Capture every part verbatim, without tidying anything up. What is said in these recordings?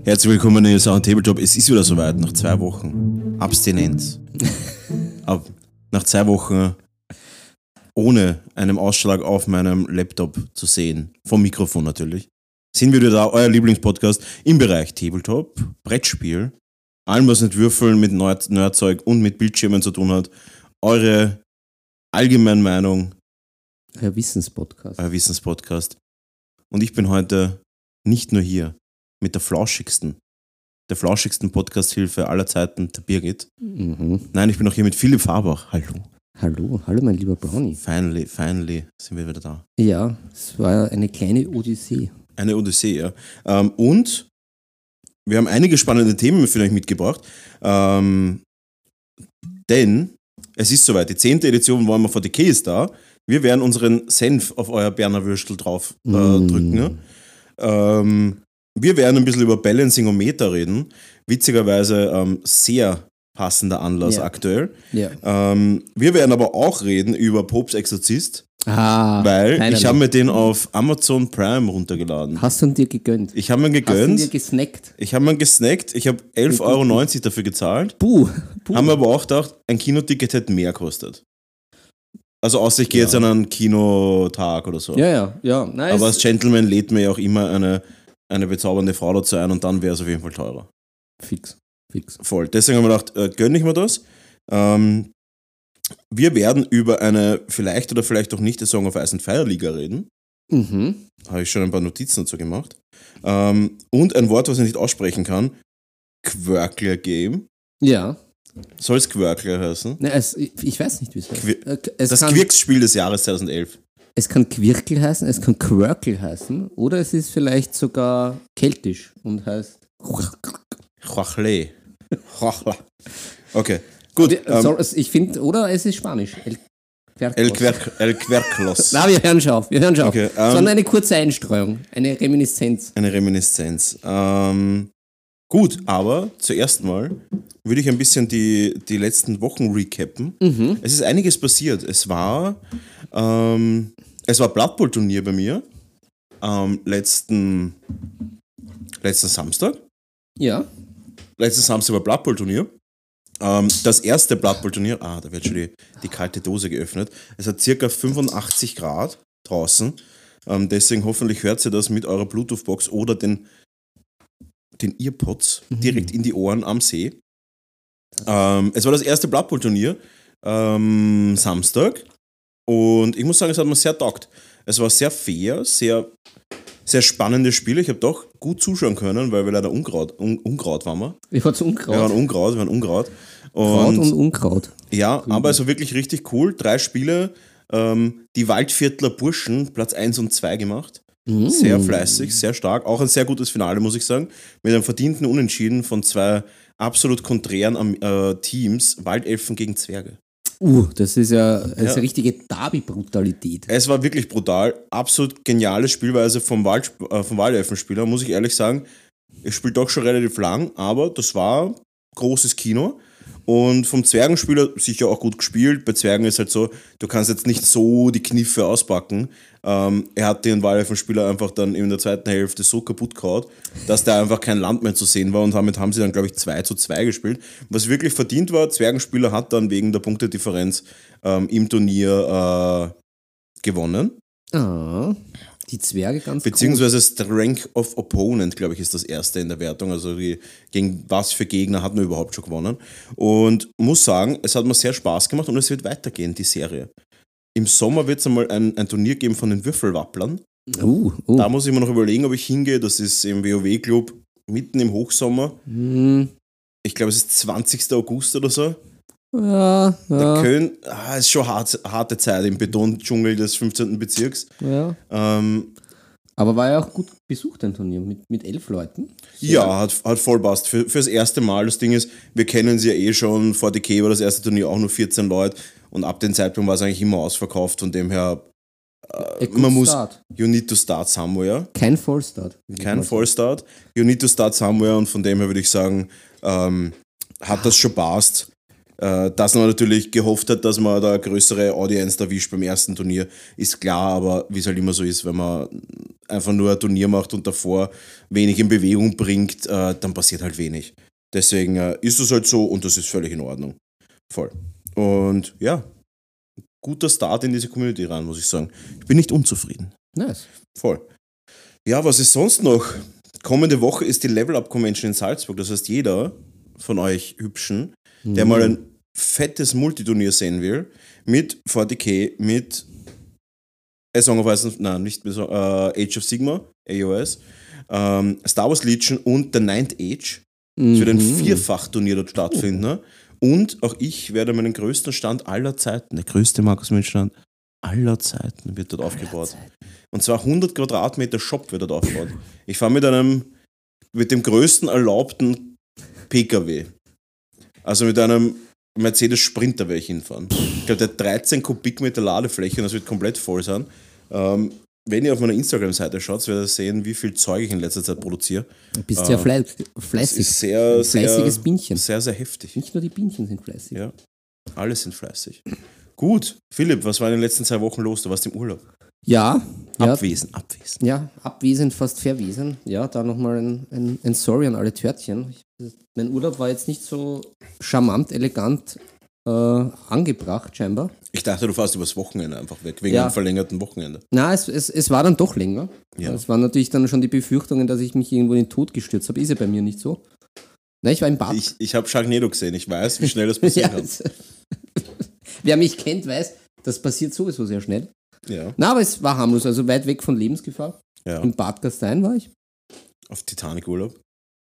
Herzlich willkommen in Sachen Tabletop. Es ist wieder soweit, nach zwei Wochen Abstinenz. Ab, nach zwei Wochen ohne einen Ausschlag auf meinem Laptop zu sehen, vom Mikrofon natürlich, sind wir wieder da, euer Lieblingspodcast im Bereich Tabletop, Brettspiel, allem was mit Würfeln, mit Nerd- Nerdzeug und mit Bildschirmen zu tun hat. Eure allgemeine Meinung. Euer Wissenspodcast. Euer Wissenspodcast. Und ich bin heute nicht nur hier mit der flauschigsten, der flauschigsten Podcast-Hilfe aller Zeiten, der Birgit. Mhm. Nein, ich bin auch hier mit Philipp Farbach. Hallo. Hallo, hallo mein lieber Brownie. Finally, finally sind wir wieder da. Ja, es war eine kleine Odyssee. Eine Odyssee, ja. Ähm, und wir haben einige spannende Themen für euch mitgebracht. Ähm, denn es ist soweit, die zehnte Edition Warhammer forty K ist da. Wir werden unseren Senf auf euer Berner Würstel drauf äh, Mm. drücken. Ja? Ähm, wir werden ein bisschen über Balancing und Meta reden. Witzigerweise ähm, sehr passender Anlass Ja. aktuell. Ja. Ähm, wir werden aber auch reden über Popes Exorzist, Ah, weil nein, ich nein, habe nein. mir den auf Amazon Prime runtergeladen. Hast du ihn dir gegönnt? Ich habe mir Hast du ihn gegönnt. dir gesnackt? Ich habe mir gesnackt. Ich habe elf Euro neunzig dafür gezahlt. Puh, puh. Haben wir aber auch gedacht, ein Kinoticket hätte mehr gekostet. Also außer ich gehe Ja. jetzt an einen Kinotag oder so. Ja, ja, ja. Nein, Aber es- als Gentleman lädt mir ja auch immer eine, eine bezaubernde Frau dazu ein und dann wäre es auf jeden Fall teurer. Fix, fix. Voll. Deswegen haben wir gedacht, äh, gönne ich mir das. Ähm, wir werden über eine vielleicht oder vielleicht auch nicht die Song of Ice and Fire Liga reden. Mhm. Habe ich schon ein paar Notizen dazu gemacht. Ähm, und ein Wort, was ich nicht aussprechen kann. Quirkler Game. Ja. Soll es Quirkler heißen? Nein, es, ich, ich weiß nicht, wie es heißt. Quir- Äh, es, Das kann, Quirks-Spiel des Jahres zweitausendelf. es kann Quirkel heißen, es kann Quirkel heißen oder es ist vielleicht sogar keltisch und heißt... Chachle. Chachla. Okay, gut. Wir- Ähm, soll es- ich finde, oder es ist Spanisch. El Quercos. El, Querc- El Querclos. Na, wir hören schon auf, wir hören schon Okay, auf. ähm, Sondern eine kurze Einstreuung, eine Reminiszenz. Eine Reminiszenz. Ähm, gut, aber zuerst mal würde ich ein bisschen die, die letzten Wochen recappen. Mhm. Es ist einiges passiert. Es war, ähm, es war Blood Bowl Turnier bei mir am letzten, letzten Samstag. Ja. Letzten Samstag war Blood Bowl Turnier. Ähm, das erste Blood Bowl Turnier, ah, da wird schon die, die kalte Dose geöffnet. Es hat circa fünfundachtzig Grad draußen. Ähm, deswegen hoffentlich hört ihr das mit eurer Bluetooth-Box oder den, den Earpods Mhm. direkt in die Ohren am See. Ähm, es war das erste Blood Bowl Turnier ähm, Samstag und ich muss sagen, es hat mir sehr taugt. Es war sehr fair, sehr, sehr spannendes Spiel. Ich habe doch gut zuschauen können, weil wir leider Unkraut, Un, Unkraut waren wir. Ich war zu Unkraut. Wir waren Unkraut, wir waren Unkraut. Kraut Und und Unkraut. ja, aber es war wirklich richtig cool. Drei Spiele, ähm, die Waldviertler Burschen, Platz eins und zwei gemacht. Mm. Sehr fleißig, sehr stark. Auch ein sehr gutes Finale, muss ich sagen. Mit einem verdienten Unentschieden von zwei absolut konträren am- äh, Teams, Waldelfen gegen Zwerge. Uh, das ist ja, das ist Ja. eine richtige Derby-Brutalität. Es war wirklich brutal. Absolut geniale Spielweise vom, Wald, äh, vom Waldelfenspieler, muss ich ehrlich sagen. Ich spiele doch schon relativ lang, aber das war großes Kino. Und vom Zwergenspieler sicher auch gut gespielt. Bei Zwergen ist halt so, du kannst jetzt nicht so die Kniffe auspacken. Ähm, er hat den Waldelfenspieler einfach dann in der zweiten Hälfte so kaputt gehauen, dass da einfach kein Land mehr zu sehen war. Und damit haben sie dann, glaube ich, zwei zu zwei gespielt. Was wirklich verdient war, Zwergenspieler hat dann wegen der Punktedifferenz ähm, im Turnier äh, gewonnen. Ah, die Zwerge ganz Beziehungsweise Strength of Opponent, glaube ich, ist das erste in der Wertung. Also die, gegen was für Gegner hat man überhaupt schon gewonnen. Und muss sagen, es hat mir sehr Spaß gemacht und es wird weitergehen, die Serie. Im Sommer wird es einmal ein, ein Turnier geben von den Würfelwapplern. groß. Uh, uh. Da muss ich mir noch überlegen, ob ich hingehe. Das ist im WoW-Club mitten im Hochsommer. Hm, Ich glaube, es ist zwanzigster August oder so. ja, Da ja, können, ah, es ist schon hart, harte Zeit im Betondschungel des fünfzehnten Bezirks. ja. Ähm, Aber war ja auch gut besucht, ein Turnier, mit, mit elf Leuten. Sehr Ja, hat, hat voll passt. Für, fürs erste Mal. Das Ding ist, wir kennen sie ja eh schon. forty K war das erste Turnier auch nur vierzehn Leute. Und ab dem Zeitpunkt war es eigentlich immer ausverkauft. Von dem her, A good man muss, start. you need to start somewhere. Kein Vollstart. Kein Vollstart. You need to start somewhere. Und von dem her würde ich sagen, ähm, hat das schon passt. Äh, dass man natürlich gehofft hat, dass man da eine größere Audience erwischt beim ersten Turnier, ist klar, aber wie es halt immer so ist, wenn man einfach nur ein Turnier macht und davor wenig in Bewegung bringt, äh, dann passiert halt wenig. Deswegen äh, ist es halt so und das ist völlig in Ordnung. Voll. Und ja, guter Start in diese Community rein, muss ich sagen. Ich bin nicht unzufrieden. Nice. Voll. Ja, was ist sonst noch? Kommende Woche ist die Level Up Convention in Salzburg. Das heißt, jeder von euch Hübschen, der Mhm. mal ein fettes Multiturnier sehen will, mit vierzig K, mit A Song of Ice, nein, nicht mit, äh, Age of Sigma, A O S, ähm, Star Wars Legion und The Ninth Age. Es wird ein Mhm. Vierfach-Turnier dort stattfinden. Ne? Und auch ich werde meinen größten Stand aller Zeiten, der größte Markus Mensch-Stand aller Zeiten, wird dort aufgebaut. Und zwar hundert Quadratmeter Shop wird dort aufgebaut. Ich fahre mit einem, mit dem größten erlaubten P K W. Also mit einem Mercedes Sprinter werde ich hinfahren. Ich glaube, der hat dreizehn Kubikmeter Ladefläche und das wird komplett voll sein. Ähm, wenn ihr auf meiner Instagram-Seite schaut, werdet ihr sehen, wie viel Zeug ich in letzter Zeit produziere. Du bist sehr Äh, flei Das fleißig. ist sehr, Ein fleißiges sehr, Bienchen. sehr, sehr heftig. Nicht nur die Bienchen sind fleißig. Ja, alle sind fleißig. Gut, Philipp, was war in den letzten zwei Wochen los? Du warst im Urlaub. Ja, ja, Abwesend, abwesend. ja, abwesend, fast verwesen. Ja, da nochmal ein, ein, ein Sorry an alle Törtchen. Ich, mein Urlaub war jetzt nicht so charmant, elegant äh, angebracht, scheinbar. Ich dachte, du fährst übers Wochenende einfach weg, wegen Ja. einem verlängerten Wochenende. Na, es, es, es war dann doch länger. Ja. Es waren natürlich dann schon die Befürchtungen, dass ich mich irgendwo in den Tod gestürzt habe. Ist ja bei mir nicht so. Na, ich war im Bad. Ich, ich habe Sharknado gesehen, ich weiß, wie schnell das passieren Ja, kann. es- Wer mich kennt, weiß, das passiert sowieso sehr schnell. Ja, Na, aber es war harmlos, also weit weg von Lebensgefahr. ja. Im Bad Gastein war ich. Auf Titanic-Urlaub.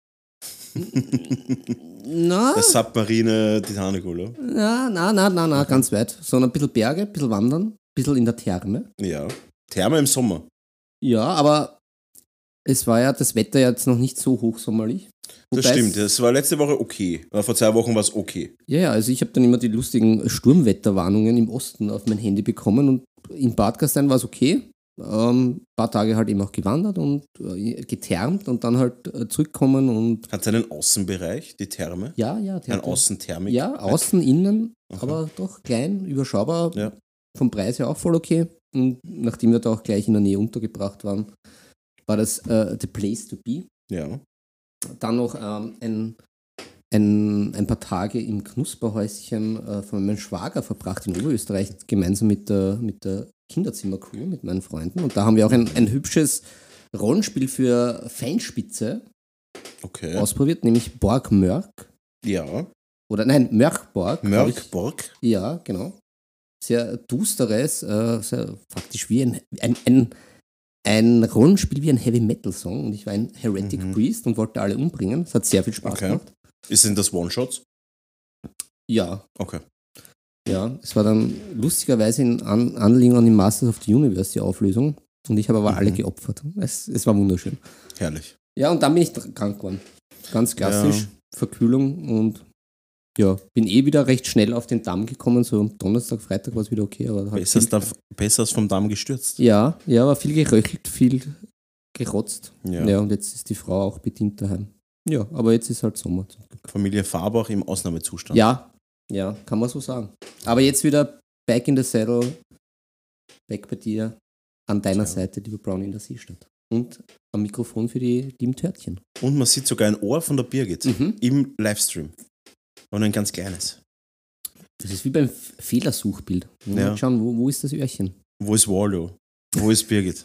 Na, Der Submarine Titanic-Urlaub. na, na, na, na, na, ganz weit. Sondern ein bisschen Berge, ein bisschen wandern, ein bisschen in der Therme. Ja. Therme im Sommer. Ja, aber es war ja das Wetter jetzt noch nicht so hochsommerlich. Das Wobei stimmt, es- das war letzte Woche okay. Oder vor zwei Wochen war es okay. Ja, ja, also ich habe dann immer die lustigen Sturmwetterwarnungen im Osten auf mein Handy bekommen und in Bad Gastein war es okay. Ähm, paar Tage halt eben auch gewandert und äh, gethermt und dann halt äh, zurückkommen und Hat es einen Außenbereich, die Therme? ja, ja, die Ein hatte- Außenthermik? ja, außen, innen, Aha. aber doch klein, überschaubar, Ja. vom Preis her auch voll okay. Und nachdem wir da auch gleich in der Nähe untergebracht waren, war das äh, the place to be. Ja. Dann noch ähm, ein, ein, ein paar Tage im Knusperhäuschen äh, von meinem Schwager verbracht in Oberösterreich, gemeinsam mit der, mit der Kinderzimmercrew, mit meinen Freunden. Und da haben wir auch ein, ein hübsches Rollenspiel für Feinspitze Okay. ausprobiert, nämlich Borg Mörk. Ja. Oder nein, Mörkborg. hab ich- Mörkborg. Ja, genau. Sehr dusteres, äh, sehr faktisch wie ein, ein, ein, ein Rollenspiel wie ein Heavy-Metal-Song. Und ich war ein Heretic Mhm. Priest und wollte alle umbringen. Es hat sehr viel Spaß Okay. gemacht. Ist denn das One-Shots? Ja, Okay. ja. Es war dann lustigerweise in An Anlehnung an die Masters of the Universe die Auflösung. Und ich habe aber Mhm. alle geopfert. Es, es war wunderschön. Herrlich. Ja, und dann bin ich dr- krank geworden. Ganz klassisch. Ja. Verkühlung und ja, bin eh wieder recht schnell auf den Damm gekommen. So am Donnerstag, Freitag war es wieder okay. Aber halt Besser viel- als, da, besser als vom Damm gestürzt. Ja, ja, aber viel geröchelt, viel gerotzt. Ja. Ja. und jetzt ist die Frau auch bedient daheim. Ja, aber jetzt ist halt Sommer. zum Glück. Familie Farbach im Ausnahmezustand. Ja, ja, kann man so sagen. Aber jetzt wieder back in the saddle, back bei dir, an deiner Tja. Seite, lieber Brownie in der Seestadt. Und am Mikrofon für die lieben Törtchen. Und man sieht sogar ein Ohr von der Birgit Mhm. im Livestream. Und ein ganz kleines. Das ist wie beim F- Fehlersuchbild. Mal Ja. schauen, wo, wo ist das Öhrchen? Wo ist Waldo? Wo ist Birgit?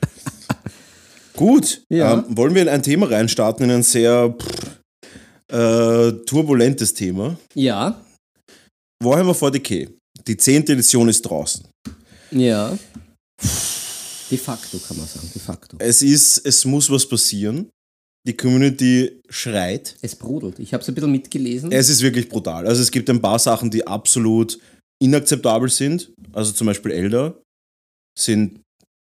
Gut, Ja. ähm, wollen wir in ein Thema reinstarten, in ein sehr pff, äh, turbulentes Thema. Ja, Warhammer vierzig K. Die zehnte Edition ist draußen. ja. De facto kann man sagen, de facto. Es ist, es muss was passieren. Die Community schreit. Es brodelt. Ich habe es ein bisschen mitgelesen. Es ist wirklich brutal. Also es gibt ein paar Sachen, die absolut inakzeptabel sind. Also zum Beispiel Elder sind.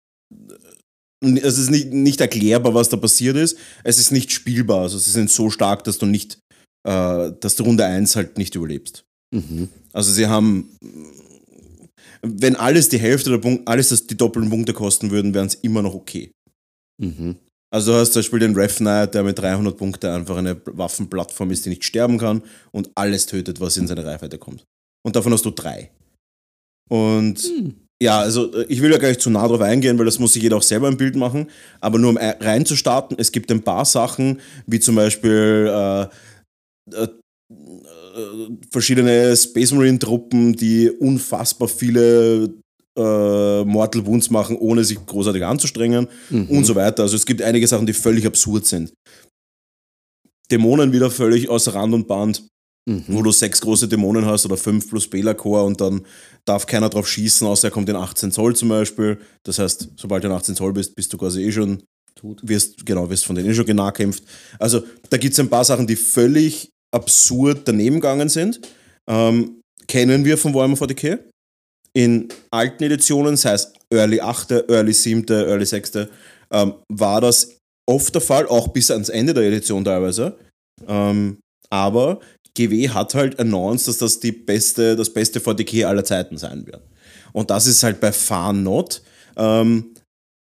Es ist nicht, nicht erklärbar, was da passiert ist. Es ist nicht spielbar. Also sie sind so stark, dass du nicht, äh, dass du Runde eins halt nicht überlebst. Mhm. Also sie haben. Wenn alles die Hälfte der Punkte, alles das die doppelten Punkte kosten würden, wären es immer noch okay. Mhm. Also du hast zum Beispiel den Rev Knight, der mit dreihundert Punkten einfach eine Waffenplattform ist, die nicht sterben kann und alles tötet, was in seine Reichweite kommt. Und davon hast du drei. Und hm. ja, also ich will ja gar nicht zu nah drauf eingehen, weil das muss sich jeder auch selber ein Bild machen. Aber nur um reinzustarten, es gibt ein paar Sachen, wie zum Beispiel äh, äh, verschiedene Space Marine Truppen, die unfassbar viele äh, Mortal Wounds machen, ohne sich großartig anzustrengen mhm. und so weiter. Also es gibt einige Sachen, die völlig absurd sind. Dämonen wieder völlig außer Rand und Band, mhm. wo du sechs große Dämonen hast oder fünf plus Bela-Core und dann darf keiner drauf schießen, außer er kommt in achtzehn Zoll zum Beispiel. Das heißt, sobald du in achtzehn Zoll bist, bist du quasi eh schon tot. Wirst, genau, wirst von denen eh schon genahkämpft. Also da gibt es ein paar Sachen, die völlig absurd daneben gegangen sind. Ähm, kennen wir von Warhammer forty K. In alten Editionen, sei es Early achte, Early siebte, Early sechste, ähm, war das oft der Fall, auch bis ans Ende der Edition teilweise. Ähm, aber G W hat halt announced, dass das die beste, das beste forty K aller Zeiten sein wird. Und das ist halt bei Far Not. Ähm,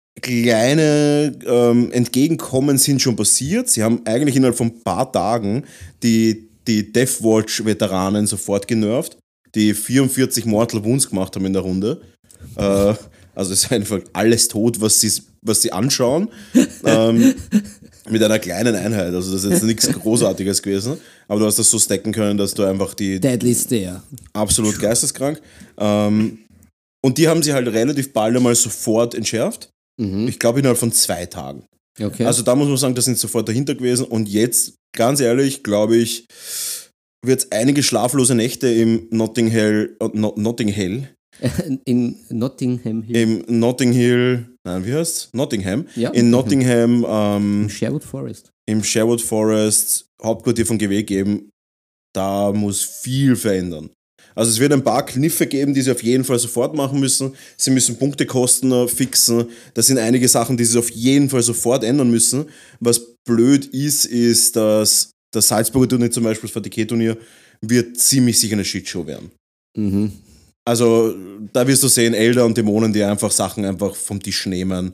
kleine ähm, Entgegenkommen sind schon passiert. Sie haben eigentlich innerhalb von ein paar Tagen die, die Deathwatch-Veteranen sofort genervt, die vierundvierzig Mortal Wounds gemacht haben in der Runde. Äh, also es ist einfach alles tot, was sie, was sie anschauen. ähm, mit einer kleinen Einheit. Also das ist jetzt nichts Großartiges gewesen. Aber du hast das so stacken können, dass du einfach die... Deadly Stare. Absolut geisteskrank. Ähm, und die haben sie halt relativ bald einmal sofort entschärft. Mhm. Ich glaube innerhalb von zwei Tagen. Okay. Also da muss man sagen, da sind sofort dahinter gewesen. Und jetzt, ganz ehrlich, glaube ich, wird es einige schlaflose Nächte im Notting Hill, äh, Not, Notting Hill. In Nottingham Hill. Im Notting Hill, nein, wie heißt's? Nottingham. Ja. In Nottingham. Ähm, Im Sherwood Forest. Im Sherwood Forest, Hauptquartier von G W geben. Da muss viel verändern. Also es wird ein paar Kniffe geben, die sie auf jeden Fall sofort machen müssen. Sie müssen Punktekosten fixen. Das sind einige Sachen, die sie auf jeden Fall sofort ändern müssen. Was blöd ist, ist, dass das Salzburger Turnier zum Beispiel, das forty K-Turnier, wird ziemlich sicher eine Shitshow werden. Mhm. Also da wirst du sehen, Elder und Dämonen, die einfach Sachen einfach vom Tisch nehmen.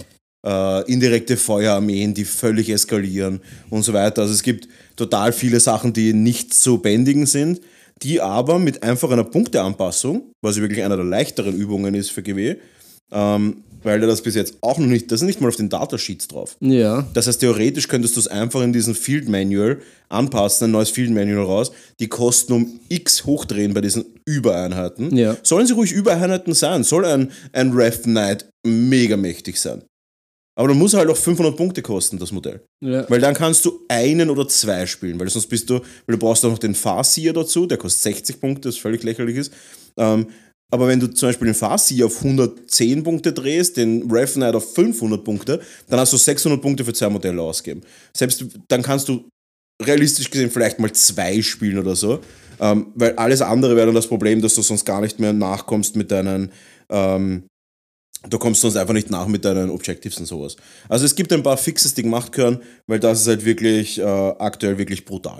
Äh, indirekte Feuerarmeen, die völlig eskalieren und so weiter. Also es gibt total viele Sachen, die nicht zu bändigen sind, die aber mit einfach einer Punkteanpassung, was wirklich einer der leichteren Übungen ist für G W, ähm, weil das bis jetzt auch noch nicht, das ist nicht mal auf den Datasheets drauf. Ja. Das heißt, theoretisch könntest du es einfach in diesem Field Manual anpassen, ein neues Field Manual raus, die Kosten um X hochdrehen bei diesen Übereinheiten. Ja. Sollen sie ruhig Übereinheiten sein? Soll ein, ein Rev Knight mega mächtig sein? Aber dann muss er halt auch fünfhundert Punkte kosten, das Modell. Ja. Weil dann kannst du einen oder zwei spielen, weil sonst bist du, weil du brauchst auch noch den Farseer dazu, der kostet sechzig Punkte, das völlig lächerlich ist. Ähm, aber wenn du zum Beispiel den Farseer auf hundertzehn Punkte drehst, den Rev Knight auf fünfhundert Punkte, dann hast du sechshundert Punkte für zwei Modelle ausgeben. Selbst dann kannst du realistisch gesehen vielleicht mal zwei spielen oder so, ähm, weil alles andere wäre dann das Problem, dass du sonst gar nicht mehr nachkommst mit deinen, ähm, du kommst sonst einfach nicht nach mit deinen Objectives und sowas. Also es gibt ein paar Fixes, die gemacht gehören, weil das ist halt wirklich äh, aktuell wirklich brutal.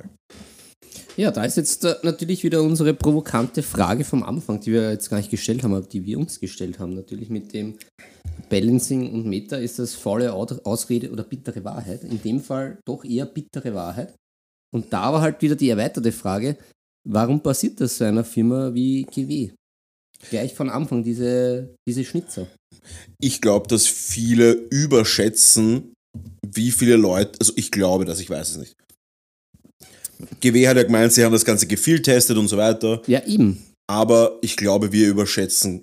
Ja, da ist jetzt äh, natürlich wieder unsere provokante Frage vom Anfang, die wir jetzt gar nicht gestellt haben, aber die wir uns gestellt haben. Natürlich mit dem Balancing und Meta, ist das faule Ausrede oder bittere Wahrheit? In dem Fall doch eher bittere Wahrheit. Und da war halt wieder die erweiterte Frage, warum passiert das so einer Firma wie G W? Gleich von Anfang diese, diese Schnitzer. Ich glaube, dass viele überschätzen, wie viele Leute, also ich glaube das, ich weiß es nicht. G W hat ja gemeint, sie haben das Ganze gefield-testet und so weiter. Ja, eben. Aber ich glaube, wir überschätzen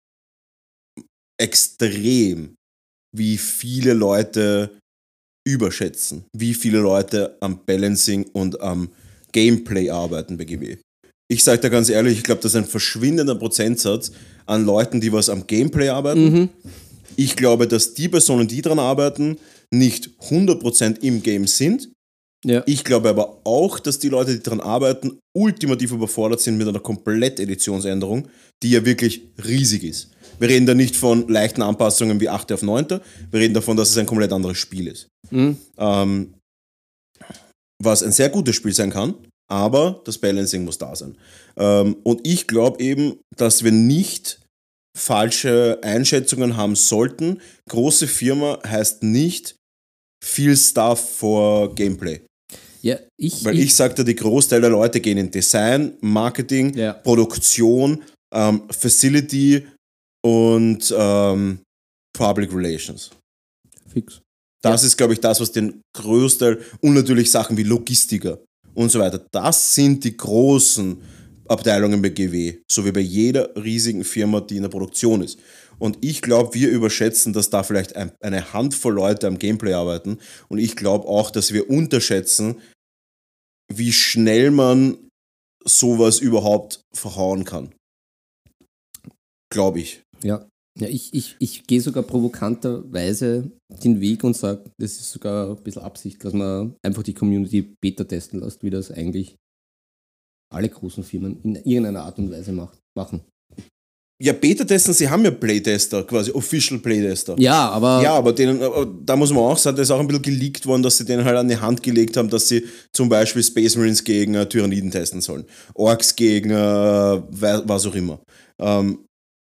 extrem, wie viele Leute überschätzen, wie viele Leute am Balancing und am Gameplay arbeiten bei G W. Ich sage da ganz ehrlich, ich glaube, das ist ein verschwindender Prozentsatz an Leuten, die was am Gameplay arbeiten. Mhm. Ich glaube, dass die Personen, die daran arbeiten, nicht hundert Prozent im Game sind. Ja. Ich glaube aber auch, dass die Leute, die daran arbeiten, ultimativ überfordert sind mit einer Komplett-Editionsänderung, die ja wirklich riesig ist. Wir reden da nicht von leichten Anpassungen wie achte auf neunte, wir reden davon, dass es ein komplett anderes Spiel ist. Mhm. Ähm, was ein sehr gutes Spiel sein kann, aber das Balancing muss da sein. Ähm, und ich glaube eben, dass wir nicht falsche Einschätzungen haben sollten. Große Firma heißt nicht viel Stuff for Gameplay. Ja, ich, Weil ich, ich sagte, die Großteil der Leute gehen in Design, Marketing, ja. Produktion, ähm, Facility und ähm, Public Relations. Fix. Das ja. ist, glaube ich, das, was den Großteil und natürlich Sachen wie Logistiker und so weiter, das sind die großen Abteilungen bei G W, so wie bei jeder riesigen Firma, die in der Produktion ist. Und ich glaube, wir überschätzen, dass da vielleicht ein, eine Handvoll Leute am Gameplay arbeiten. Und ich glaube auch, dass wir unterschätzen, wie schnell man sowas überhaupt verhauen kann. Glaube ich. Ja, ja ich, ich, ich gehe sogar provokanterweise den Weg und sage, das ist sogar ein bisschen Absicht, dass man einfach die Community Beta testen lässt, wie das eigentlich alle großen Firmen in irgendeiner Art und Weise macht, machen. Ja, Beta-Testen, sie haben ja Playtester, quasi Official Playtester. Ja, aber... Ja, aber denen, da muss man auch sagen, da ist auch ein bisschen geleakt worden, dass sie denen halt an die Hand gelegt haben, dass sie zum Beispiel Space Marines gegen äh, Tyranniden testen sollen. Orks gegen äh, was auch immer. Ähm,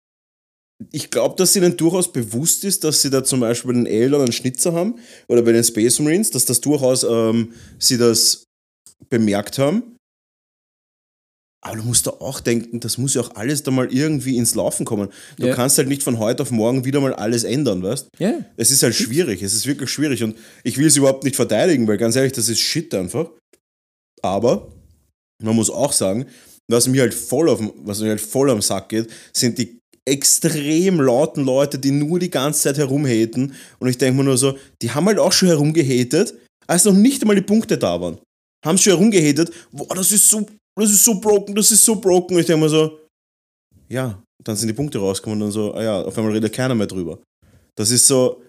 ich glaube, dass ihnen durchaus bewusst ist, dass sie da zum Beispiel bei den Eldern einen Schnitzer haben oder bei den Space Marines, dass das durchaus ähm, sie das bemerkt haben. Aber du musst da auch denken, das muss ja auch alles da mal irgendwie ins Laufen kommen. Du ja. kannst halt nicht von heute auf morgen wieder mal alles ändern, weißt? Ja. Es ist halt schwierig, es ist wirklich schwierig und ich will es überhaupt nicht verteidigen, weil ganz ehrlich, das ist Shit einfach. Aber man muss auch sagen, was mir halt voll auf, was mir halt voll am Sack geht, sind die extrem lauten Leute, die nur die ganze Zeit herumhaten und ich denke mir nur so, die haben halt auch schon herumgehatet, als noch nicht einmal die Punkte da waren. Haben schon herumgehatet, boah, das ist so das ist so broken, das ist so broken. Und ich denke mir so, ja, dann sind die Punkte rausgekommen und dann so, ah ja, auf einmal redet keiner mehr drüber. Das ist so,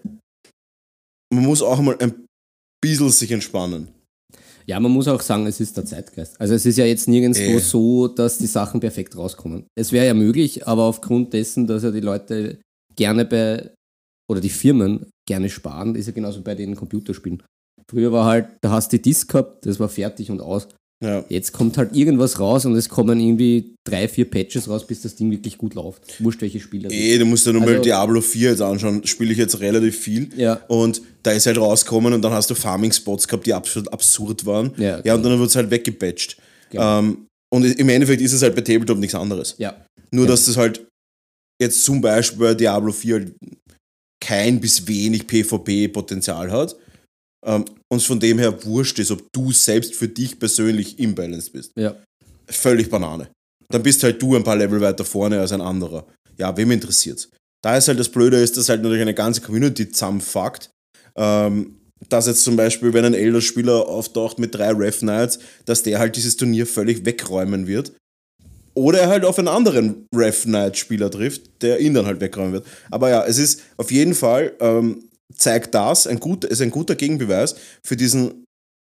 man muss auch mal ein bisschen sich entspannen. Ja, man muss auch sagen, es ist der Zeitgeist. Also es ist ja jetzt nirgendwo äh. so, dass die Sachen perfekt rauskommen. Es wäre ja möglich, aber aufgrund dessen, dass ja die Leute gerne bei, oder die Firmen gerne sparen, ist ja genauso bei den Computerspielen. Früher war halt, da hast du die Disk gehabt, das war fertig und aus. Ja. Jetzt kommt halt irgendwas raus und es kommen irgendwie drei, vier Patches raus, bis das Ding wirklich gut läuft. Wurscht, welche Spiele. Ey, du musst ja nur also, mal Diablo vier jetzt anschauen, spiele ich jetzt relativ viel. Ja. Und da ist halt rausgekommen und dann hast du Farming-Spots gehabt, die absolut absurd waren. Ja, ja und dann wird es halt weggepatcht. Genau. Ähm, und im Endeffekt ist es halt bei Tabletop nichts anderes. Ja. Nur, ja. dass das halt jetzt zum Beispiel bei Diablo vier kein bis wenig PvP-Potenzial hat. Um, und von dem her wurscht ist, ob du selbst für dich persönlich imbalanced bist. Ja. Völlig Banane. Dann bist halt du ein paar Level weiter vorne als ein anderer. Ja, wem interessiert's? Da ist halt das Blöde, ist, dass halt natürlich eine ganze Community zusammenfuckt. Ähm, dass jetzt zum Beispiel, wenn ein Elder-Spieler auftaucht mit drei Rev Knights, dass der halt dieses Turnier völlig wegräumen wird. Oder er halt auf einen anderen Rev Knight-Spieler trifft, der ihn dann halt wegräumen wird. Aber ja, es ist auf jeden Fall... Ähm, zeigt das, ein gut, ist ein guter Gegenbeweis für diesen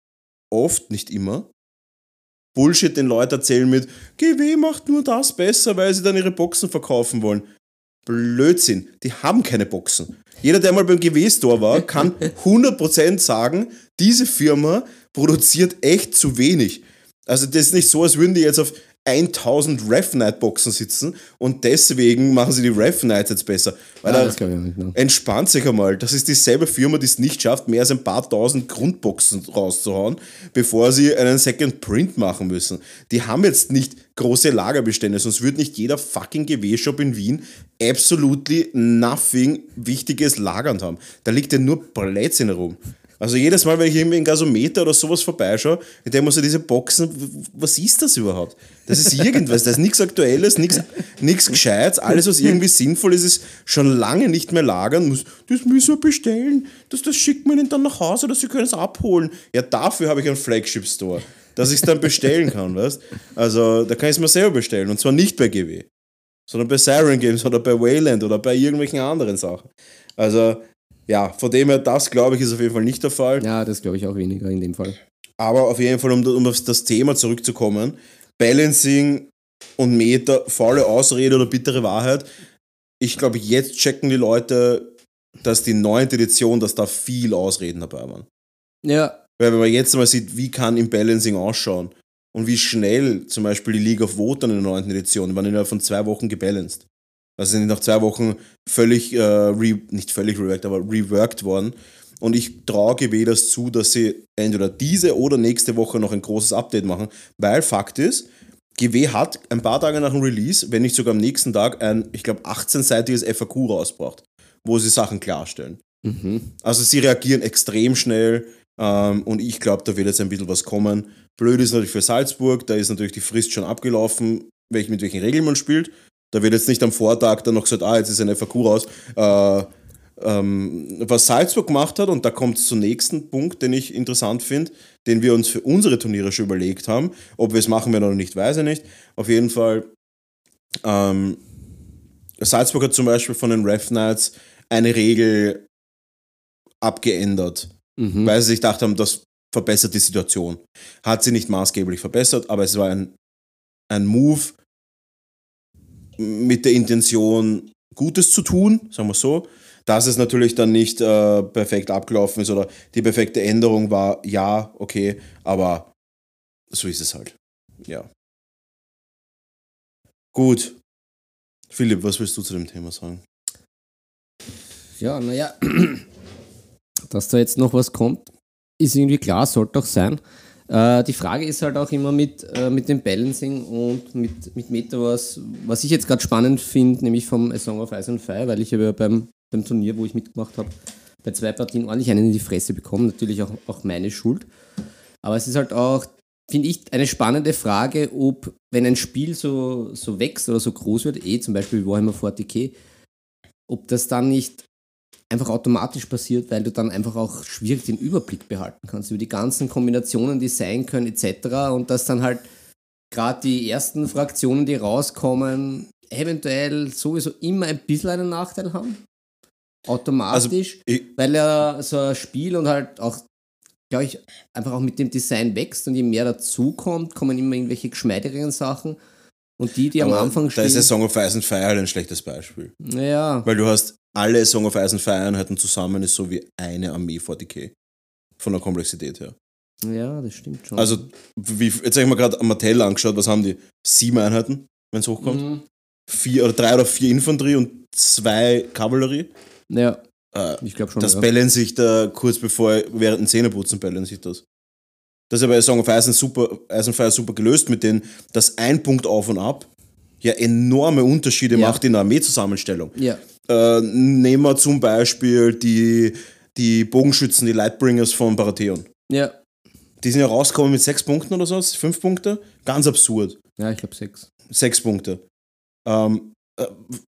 oft, nicht immer, Bullshit, den Leute erzählen mit G W macht nur das besser, weil sie dann ihre Boxen verkaufen wollen. Blödsinn, die haben keine Boxen. Jeder, der mal beim G W-Store war, kann hundert Prozent sagen, diese Firma produziert echt zu wenig. Also das ist nicht so, als würden die jetzt auf tausend Rev Knight Boxen sitzen und deswegen machen sie die Rev Knights jetzt besser. Weil ah, das da nicht, ne? Entspannt sich einmal. Das ist dieselbe Firma, die es nicht schafft, mehr als ein paar tausend Grundboxen rauszuhauen, bevor sie einen Second Print machen müssen. Die haben jetzt nicht große Lagerbestände, sonst würde nicht jeder fucking G W-Shop in Wien absolutely nothing Wichtiges lagernd haben. Da liegt ja nur Blödsinn herum. Also jedes Mal, wenn ich irgendwie in Gasometer oder sowas vorbeischaue, ich denke mir so, diese Boxen, was ist das überhaupt? Das ist irgendwas, das ist nichts Aktuelles, nichts Gescheites, alles, was irgendwie sinnvoll ist, ist schon lange nicht mehr lagern. Das müssen wir bestellen, das, das schickt man ihnen dann nach Hause oder sie können es abholen. Ja, dafür habe ich einen Flagship-Store, dass ich es dann bestellen kann, weißt? Also da kann ich es mir selber bestellen und zwar nicht bei G W, sondern bei Siren Games oder bei Wayland oder bei irgendwelchen anderen Sachen. Also... Ja, von dem her, das glaube ich, ist auf jeden Fall nicht der Fall. Ja, das glaube ich auch weniger in dem Fall. Aber auf jeden Fall, um, um auf das Thema zurückzukommen, Balancing und Meta, faule Ausrede oder bittere Wahrheit. Ich glaube, jetzt checken die Leute, dass die neunte Edition, dass da viel Ausreden dabei waren. Ja. Weil wenn man jetzt mal sieht, wie kann im Balancing ausschauen und wie schnell zum Beispiel die League of Vote in der neunten Edition, die waren innerhalb von zwei Wochen gebalanced. Also sind nach zwei Wochen völlig, äh, re, nicht völlig reworked, aber reworked worden. und ich traue G W das zu, dass sie entweder diese oder nächste Woche noch ein großes Update machen, weil Fakt ist, G W hat ein paar Tage nach dem Release, wenn nicht sogar am nächsten Tag, ein, ich glaube, achtzehn-seitiges F A Q rausgebracht, wo sie Sachen klarstellen. Mhm. Also sie reagieren extrem schnell ähm, und ich glaube, da wird jetzt ein bisschen was kommen. Blöd ist natürlich für Salzburg, da ist natürlich die Frist schon abgelaufen, welch, mit welchen Regeln man spielt. Da wird jetzt nicht am Vortag dann noch gesagt, ah, jetzt ist ein F A Q raus. Äh, ähm, was Salzburg gemacht hat, und da kommt es zum nächsten Punkt, den ich interessant finde, den wir uns für unsere Turniere schon überlegt haben. Ob wir es machen werden oder nicht, weiß ich nicht. Auf jeden Fall, ähm, Salzburg hat zum Beispiel von den Ref Nights eine Regel abgeändert, Mhm. weil sie sich gedacht haben, das verbessert die Situation. Hat sie nicht maßgeblich verbessert, aber es war ein, ein Move mit der Intention, Gutes zu tun, sagen wir so. Dass es natürlich dann nicht äh, perfekt abgelaufen ist oder die perfekte Änderung war, ja, okay, aber so ist es halt. Ja. Gut. Philipp, was willst du zu dem Thema sagen? Ja, naja, dass da jetzt noch was kommt, ist irgendwie klar, sollte auch sein. Äh, die Frage ist halt auch immer mit, äh, mit dem Balancing und mit, mit Metaverse, was ich jetzt gerade spannend finde, nämlich vom A Song of Ice and Fire, weil ich habe ja beim, beim Turnier, wo ich mitgemacht habe, bei zwei Partien ordentlich einen in die Fresse bekommen, natürlich auch, auch meine Schuld. Aber es ist halt auch, finde ich, eine spannende Frage, ob, wenn ein Spiel so, so wächst oder so groß wird, eh zum Beispiel Warhammer forty K, ob das dann nicht einfach automatisch passiert, weil du dann einfach auch schwierig den Überblick behalten kannst über die ganzen Kombinationen, die sein können et cetera. Und dass dann halt gerade die ersten Fraktionen, die rauskommen, eventuell sowieso immer ein bisschen einen Nachteil haben. Automatisch, Also, ich, weil ja so ein Spiel und halt auch, glaube ich, einfach auch mit dem Design wächst und je mehr dazu kommt, kommen immer irgendwelche geschmeidigeren Sachen. Und die, die am aber Anfang da spielen. ist A Song of Ice and Fire halt ein schlechtes Beispiel. Ja. Weil du hast alle Song of Ice and Fire Einheiten zusammen, ist so wie eine Armee forty K. Von der Komplexität her. Ja, das stimmt schon. Also, wie, jetzt habe ich mir gerade Mattel angeschaut, was haben die? Sieben Einheiten, wenn es hochkommt? Mhm. Vier oder drei oder vier Infanterie und zwei Kavallerie. Ja, Äh, ich glaube schon. das ja. balance sich da kurz bevor, während dem Zähneputzen balance sich das. Das ist ja bei Song of Ice and, super, Ice and Fire super gelöst, mit denen das ein Punkt auf und ab ja enorme Unterschiede Ja. macht in der Armeezusammenstellung. Ja. Äh, nehmen wir zum Beispiel die, die Bogenschützen, die Lightbringers von Baratheon. Ja. Die sind ja rausgekommen mit sechs Punkten oder so, fünf Punkte. Ganz absurd. Ja, ich glaube sechs. Sechs Punkte. Ähm, äh,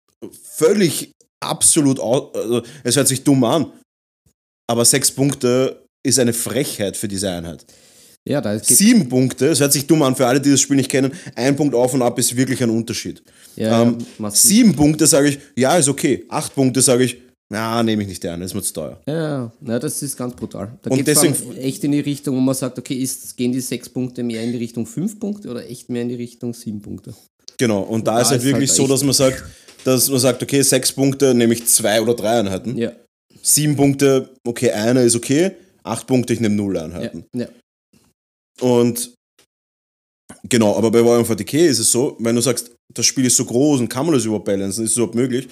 völlig absolut, au- also, es hört sich dumm an, aber sechs Punkte ist eine Frechheit für diese Einheit. Ja, da geht. Sieben Punkte, es hört sich dumm an für alle, die das Spiel nicht kennen, ein Punkt auf und ab ist wirklich ein Unterschied. Ja, ähm, massiv. sieben Punkte sage ich, ja, ist okay. Acht Punkte sage ich, na, nehme ich nicht ein, das ist mir zu teuer. Ja, ja, das ist ganz brutal. Da Und geht es deswegen- echt in die Richtung, wo man sagt, okay, ist, gehen die sechs Punkte mehr in die Richtung fünf Punkte oder echt mehr in die Richtung sieben Punkte? Genau, und da, da ist halt ist wirklich halt so, echt- dass man sagt, dass man sagt, okay, sechs Punkte nehme ich zwei oder drei Einheiten. Ja, Sieben Punkte, okay, eine ist okay. Acht Punkte, ich nehme null ja, Einheiten. ja. Und genau, aber bei Warhammer forty K ist es so, wenn du sagst, das Spiel ist so groß und kann man das überhaupt balancen, ist es überhaupt möglich?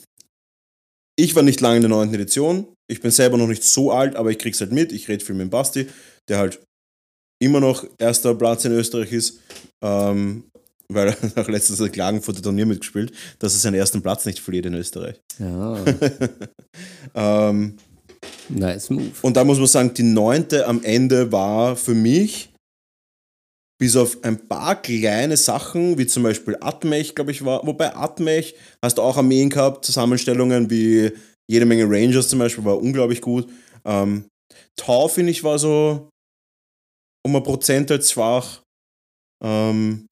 Ich war nicht lange in der neunten Edition, ich bin selber noch nicht so alt, aber ich krieg's halt mit, ich rede viel mit dem Basti, der halt immer noch erster Platz in Österreich ist, ähm, weil er auch letztens ein Klagenfurter Turnier mitgespielt, dass er seinen ersten Platz nicht verliert in Österreich. Ja, ähm, nice move. Und da muss man sagen, die neunte am Ende war für mich, bis auf ein paar kleine Sachen, wie zum Beispiel Atmech, glaube ich, war, wobei Atmech hast du auch Armeen gehabt, Zusammenstellungen wie jede Menge Rangers zum Beispiel, war unglaublich gut. Ähm, Tau, finde ich, war so um ein Prozent als schwach. Ähm,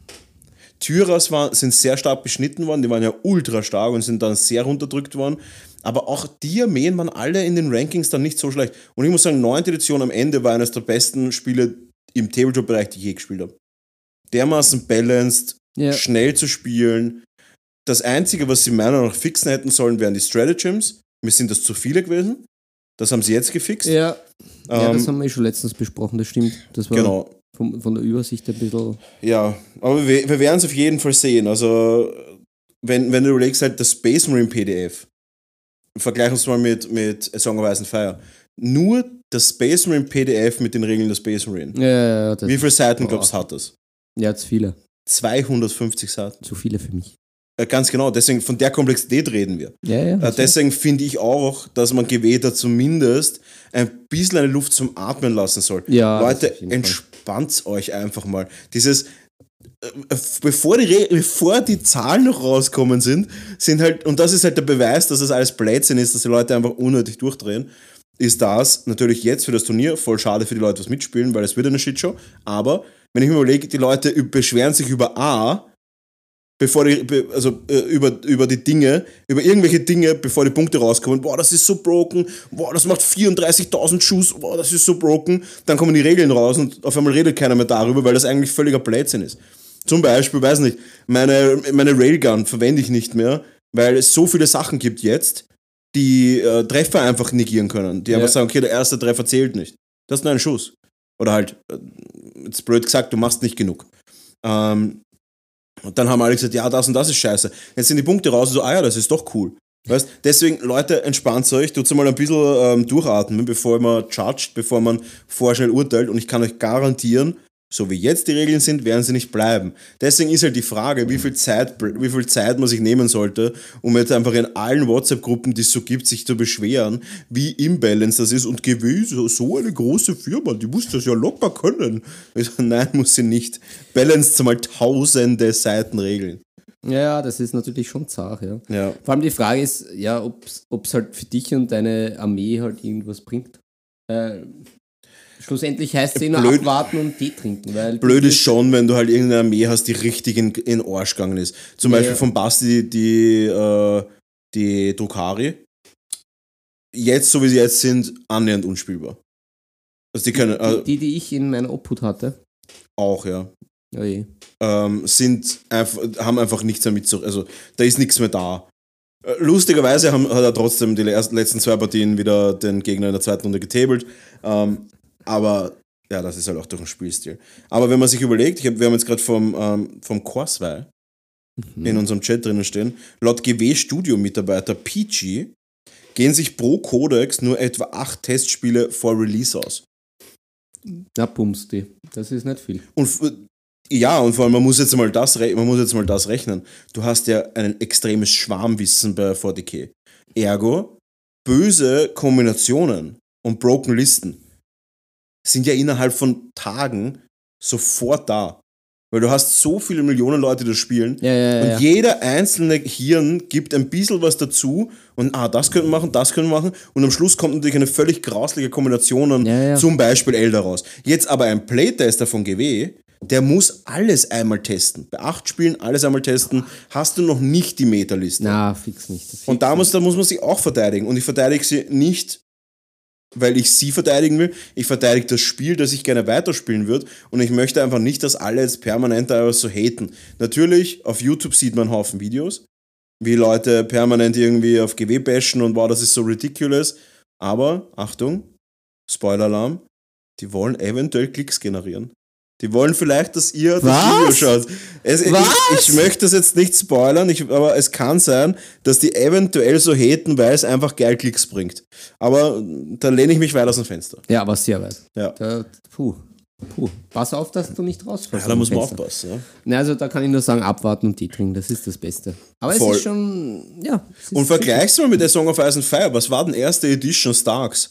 Tyras war, sind sehr stark beschnitten worden, die waren ja ultra stark und sind dann sehr runterdrückt worden. Aber auch die Armeen waren alle in den Rankings dann nicht so schlecht. Und ich muss sagen, neunte Edition am Ende war eines der besten Spiele im Tabletop-Bereich, die ich je gespielt habe. Dermaßen balanced, Ja. schnell zu spielen. Das Einzige, was sie meiner Meinung nach fixen hätten sollen, wären die Stratagems. Mir sind das zu viele gewesen. Das haben sie jetzt gefixt. Ja, ja Ähm, das haben wir eh schon letztens besprochen, das stimmt. Das war Genau. von, von der Übersicht ein bisschen. Ja, aber wir, wir werden es auf jeden Fall sehen. Also, wenn, wenn du überlegst, halt das Space Marine P D F, vergleichen wir es mal mit, mit A Song of Ice and Fire. Nur das Space Marine P D F mit den Regeln der Space Marine. Ja, ja, ja, das Wie viele Seiten, boah. glaubst du, hat das? Ja, zu viele. zweihundertfünfzig Seiten. Zu viele für mich. Äh, ganz genau, deswegen von der Komplexität reden wir. Ja, ja. Äh, deswegen finde ich auch, dass man G W da zumindest ein bisschen eine Luft zum Atmen lassen soll. Ja, das Leute, auf jeden Fall. entspannt euch einfach mal. Dieses, äh, bevor die, Re bevor die Zahlen noch rauskommen sind, sind halt, und das ist halt der Beweis, dass das alles Blödsinn ist, dass die Leute einfach unnötig durchdrehen, ist das natürlich jetzt für das Turnier voll schade für die Leute, was mitspielen, weil es wird eine Shitshow. Aber wenn ich mir überlege, die Leute üb- beschweren sich über A, bevor die, be- also äh, über, über die Dinge, über irgendwelche Dinge, bevor die Punkte rauskommen, boah, das ist so broken, boah, das macht vierunddreißigtausend Schuss, boah, das ist so broken, dann kommen die Regeln raus und auf einmal redet keiner mehr darüber, weil das eigentlich völliger Blödsinn ist. Zum Beispiel, weiß nicht, meine, meine Railgun verwende ich nicht mehr, weil es so viele Sachen gibt jetzt, die äh, Treffer einfach negieren können. Die Ja. einfach sagen, okay, der erste Treffer zählt nicht. Das ist nur ein Schuss. Oder halt, äh, jetzt blöd gesagt, du machst nicht genug. Ähm, und dann haben alle gesagt, ja, das und das ist scheiße. Jetzt sind die Punkte raus und so, ah ja, das ist doch cool. Weißt? Deswegen, Leute, entspannt euch, tut mal ein bisschen ähm, durchatmen, bevor man chargt, bevor man vorschnell urteilt. Und ich kann euch garantieren, so wie jetzt die Regeln sind, werden sie nicht bleiben. Deswegen ist halt die Frage, wie viel Zeit, wie viel Zeit man sich nehmen sollte, um jetzt einfach in allen WhatsApp-Gruppen, die es so gibt, sich zu beschweren, wie imbalanced das ist und gewesen, so eine große Firma, die muss das ja locker können. Ich so, nein, muss sie nicht. Balanced mal tausende Seiten Regeln. Ja, ja, das ist natürlich schon zart, ja. Ja. Vor allem die Frage ist, ja, ob es halt für dich und deine Armee halt irgendwas bringt. Äh, schlussendlich heißt es eh nur Blöd- abwarten und Tee trinken. Weil Blöd ist schon, wenn du halt irgendeine Armee hast, die richtig in, in den Arsch gegangen ist. Zum Ja. Beispiel von Basti die, die, äh, die Drukhari. Jetzt, so wie sie jetzt sind, annähernd unspielbar. Also die können äh, die, die ich in meiner Obhut hatte. auch, ja. Ja, je. Ähm, sind einfach, haben einfach nichts mehr mit zu. Also da ist nichts mehr da. Äh, Lustigerweise haben, hat er trotzdem die ersten, letzten zwei Partien wieder den Gegner in der zweiten Runde getabelt. Ähm, aber ja, das ist halt auch durch den Spielstil. Aber wenn man sich überlegt, ich hab, wir haben jetzt gerade vom, ähm, vom Corswell Mhm. in unserem Chat drinnen stehen, laut G W-Studio-Mitarbeiter P G gehen sich pro Codex nur etwa acht Testspiele vor Release aus. Na, bums die. Das ist nicht viel. Und f- ja, und vor allem, man muss jetzt mal das, re- man muss jetzt mal das rechnen. Du hast ja ein extremes Schwarmwissen bei forty K. Ergo, böse Kombinationen und broken Listen sind ja innerhalb von Tagen sofort da. Weil du hast so viele Millionen Leute, die das spielen. Ja, ja, ja. Und ja. jeder einzelne Hirn gibt ein bisschen was dazu und ah, das können wir machen, das können wir machen und am Schluss kommt natürlich eine völlig grauslige Kombination an, Ja, ja. zum Beispiel Elder raus. Jetzt aber ein Playtester von G W, der muss alles einmal testen. Bei acht Spielen alles einmal testen, hast du noch nicht die Meta-Liste. Na, fix nicht. Das Und da muss, da muss man sich auch verteidigen. Und ich verteidige sie nicht, weil ich sie verteidigen will. Ich verteidige das Spiel, das ich gerne weiterspielen würde. Und ich möchte einfach nicht, dass alle jetzt permanent da so haten. Natürlich, auf YouTube sieht man einen Haufen Videos, wie Leute permanent irgendwie auf G W bashen und wow, das ist so ridiculous. Aber, Achtung, Spoiler-Alarm, die wollen eventuell Klicks generieren. Die wollen vielleicht, dass ihr das Was? Video schaut. Es, Was? Ich, ich möchte das jetzt nicht spoilern, ich, aber es kann sein, dass die eventuell so haten, weil es einfach geil Klicks bringt. Aber da lehne ich mich weit aus dem Fenster. Ja, aber sehr weit. Ja, Da, puh, puh. Pass auf, dass du nicht rausfällst. ja da aus muss dem man Fenster. aufpassen. Ja. Na, also da kann ich nur sagen, abwarten und Tee trinken, das ist das Beste. Aber Voll. es ist schon, ja. Es ist Und vergleichst mal mit der Song of Ice and Fire. Was war denn erste Edition Starks?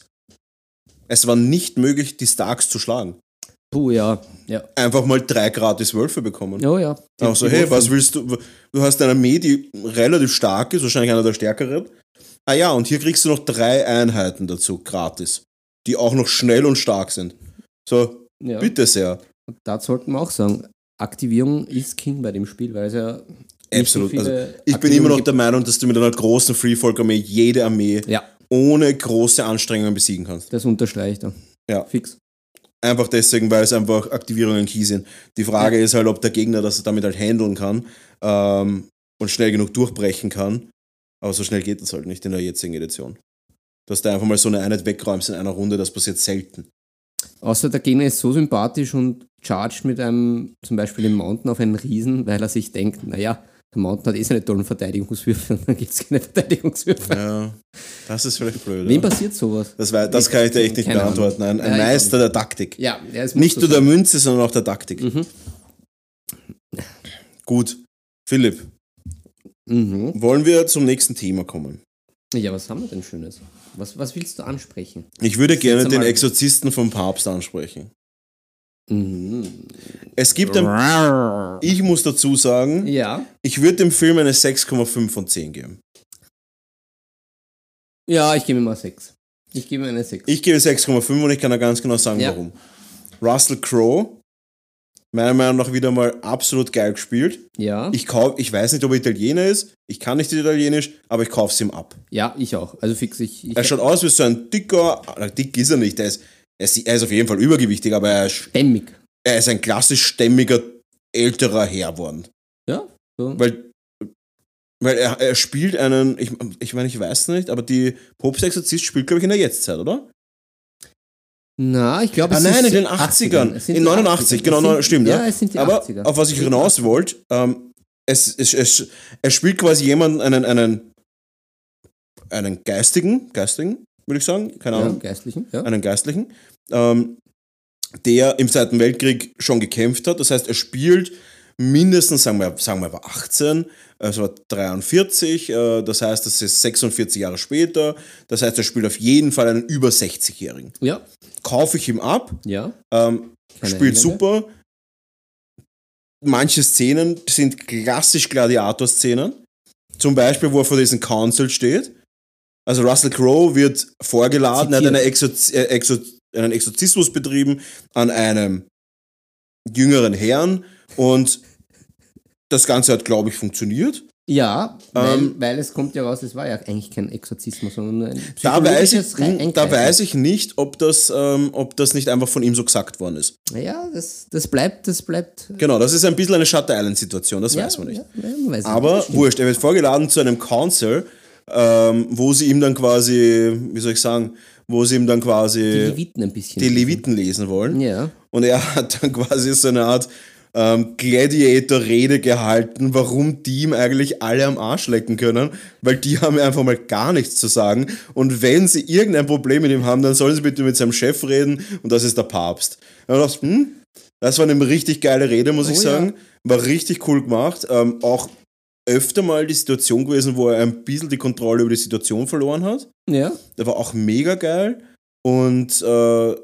Es war nicht möglich, die Starks zu schlagen. Puh, ja. Ja. Einfach mal drei gratis Wölfe bekommen. Oh ja. Die- Auch so, die hey, Wurfen. was willst du? Du hast eine Armee, die relativ stark ist, wahrscheinlich einer der stärkeren. Ah ja, und hier kriegst du noch drei Einheiten dazu, gratis. Die auch noch schnell und stark sind. So, Ja. bitte sehr. Und da sollten wir auch sagen, Aktivierung ist King bei dem Spiel, weil es ja nicht Absolut. so Also, viele ich bin immer noch Aktivierungen der Meinung, dass du mit einer großen Freefolk-Armee jede Armee gibt. Ja, ohne große Anstrengungen besiegen kannst. das unterstreiche ich da. Ja. Fix. Einfach deswegen, weil es einfach Aktivierungen key sind. Die Frage ist halt, ob der Gegner das damit halt handeln kann ähm, und schnell genug durchbrechen kann. Aber so schnell geht das halt nicht in der jetzigen Edition. Dass du einfach mal so eine Einheit wegräumst in einer Runde, das passiert selten. Außer der Gegner ist so sympathisch und chargt mit einem, zum Beispiel im Mountain auf einen Riesen, weil er sich denkt, naja, Der Mountain hat eh seine tollen Verteidigungswürfe und dann gibt es keine Verteidigungswürfe. Ja, das ist vielleicht blöd. Wem oder? passiert sowas? Das, war, das kann ich dir echt nicht Keine beantworten. Ein, ein Ja, ich Meister der Taktik. Ja, ja es muss Nicht so nur der sein. Münze, sondern auch der Taktik. Mhm. Gut. Philipp, Mhm. wollen wir zum nächsten Thema kommen? Ja, was haben wir denn Schönes? Was, was willst du ansprechen? Ich würde Das ist gerne jetzt den einmal- Exorzisten vom Papst ansprechen. Mhm. Es gibt ein, ich muss dazu sagen, Ja. ich würde dem Film eine sechs Komma fünf von zehn geben. Ja, ich gebe ihm mal sechs. Ich gebe ihm eine sechs. Ich gebe sechs Komma fünf und ich kann da ganz genau sagen, Ja. warum. Russell Crowe, meiner Meinung nach wieder mal absolut geil gespielt. Ja. Ich, kauf, ich weiß nicht, ob er Italiener ist, ich kann nicht Italienisch, aber ich kaufe es ihm ab. Ja, ich auch. Also fix, ich. ich Er schaut aus wie so ein dicker, na, dick ist er nicht, er ist, er ist, er ist auf jeden Fall übergewichtig, aber er ist, stämmig. er ist ein klassisch stämmiger, älterer Herr geworden. Ja. So. Weil, weil er, er spielt einen, ich, ich meine, ich weiß nicht, aber die Popsexorzist spielt, glaube ich, in der Jetztzeit, oder? Na, ich glaube, Ah es nein, ist in den die achtzigern. Es sind In die neunundachtzig, achtziger. genau, Es neun- sind, stimmt, ja. Ja, es sind die Aber achtziger. auf was ich hinaus wollte, ähm, es, es, es, er spielt quasi jemanden, einen, einen, einen Geistigen, Geistigen, würde ich sagen, keine Ja, Ahnung, Geistlichen. Ja. einen Geistlichen, ähm, der im Zweiten Weltkrieg schon gekämpft hat. Das heißt, er spielt mindestens, sagen wir, sagen wir er war achtzehn, es war dreiundvierzig, äh, das heißt, das ist sechsundvierzig Jahre später, das heißt, er spielt auf jeden Fall einen über sechzigjährigen. Ja. Kaufe ich ihm ab, Ja. ähm, Keine spielt Einwände. super. Manche Szenen sind klassisch Gladiator-Szenen. Zum Beispiel, wo er vor diesem Council steht. Also Russell Crowe wird vorgeladen, er hat Zitiert. eine Exorz äh, Exor einen Exorzismus betrieben an einem jüngeren Herrn und das Ganze hat, glaube ich, funktioniert. Ja, weil, Ähm, weil es kommt ja raus, es war ja eigentlich kein Exorzismus, sondern nur ein Da weiß, ich, psychologisches Rein- hm, da Eingreifen. weiß ich nicht, ob das, ähm, ob das nicht einfach von ihm so gesagt worden ist. Ja, das, das bleibt, das bleibt. Genau, das ist ein bisschen eine Shutter Island-Situation, das ja, weiß man nicht. Ja, ja, man weiß Aber nicht. wurscht, er wird vorgeladen zu einem Council, ähm, wo sie ihm dann quasi, wie soll ich sagen, wo sie ihm dann Die quasi Leviten ein bisschen. die Leviten lesen wollen. Ja. Und er hat dann quasi so eine Art ähm, Gladiator-Rede gehalten, warum die ihm eigentlich alle am Arsch lecken können, weil die haben ja einfach mal gar nichts zu sagen. Und wenn sie irgendein Problem mit ihm haben, dann sollen sie bitte mit seinem Chef reden und das ist der Papst. Und ich dachte, hm, das war eine richtig geile Rede, muss ich Oh ja. sagen. War richtig cool gemacht. Ähm, auch öfter mal die Situation gewesen, wo er ein bisschen die Kontrolle über die Situation verloren hat. Ja. Der war auch mega geil. Und äh,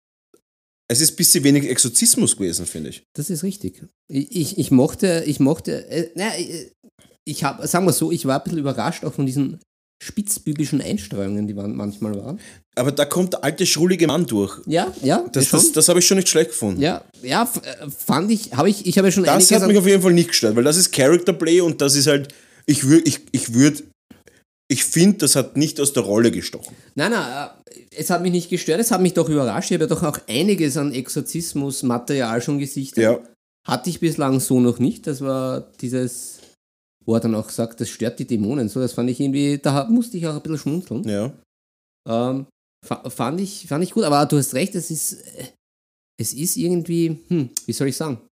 es ist ein bisschen wenig Exorzismus gewesen, finde ich. Das ist richtig. Ich, ich, ich mochte, ich mochte, äh, na, äh, ich habe, sagen wir so, ich war ein bisschen überrascht auch von diesen spitzbübischen Einstreuungen, die waren, manchmal waren. Aber da kommt der alte, schrullige Mann durch. Ja, ja, Das, schon. das, das habe ich schon nicht schlecht gefunden. ja, ja, f- äh, fand ich, habe ich, ich habe ja schon Das einiges hat an- mich auf jeden Fall nicht gestört, weil das ist Character Play und das ist halt, ich würde, ich, ich würde, ich finde, das hat nicht aus der Rolle gestochen. Nein, nein, äh, es hat mich nicht gestört, es hat mich doch überrascht. Ich habe ja doch auch einiges an Exorzismus-Material schon gesichtet. Ja, Hatte ich bislang so noch nicht. Das war dieses, wo er dann auch sagt, das stört die Dämonen. So, das fand ich irgendwie, da musste ich auch ein bisschen schmunzeln. ja. Ähm, fa- fand, ich, fand ich gut, aber du hast recht, es ist, äh, es ist irgendwie, hm, wie soll ich sagen?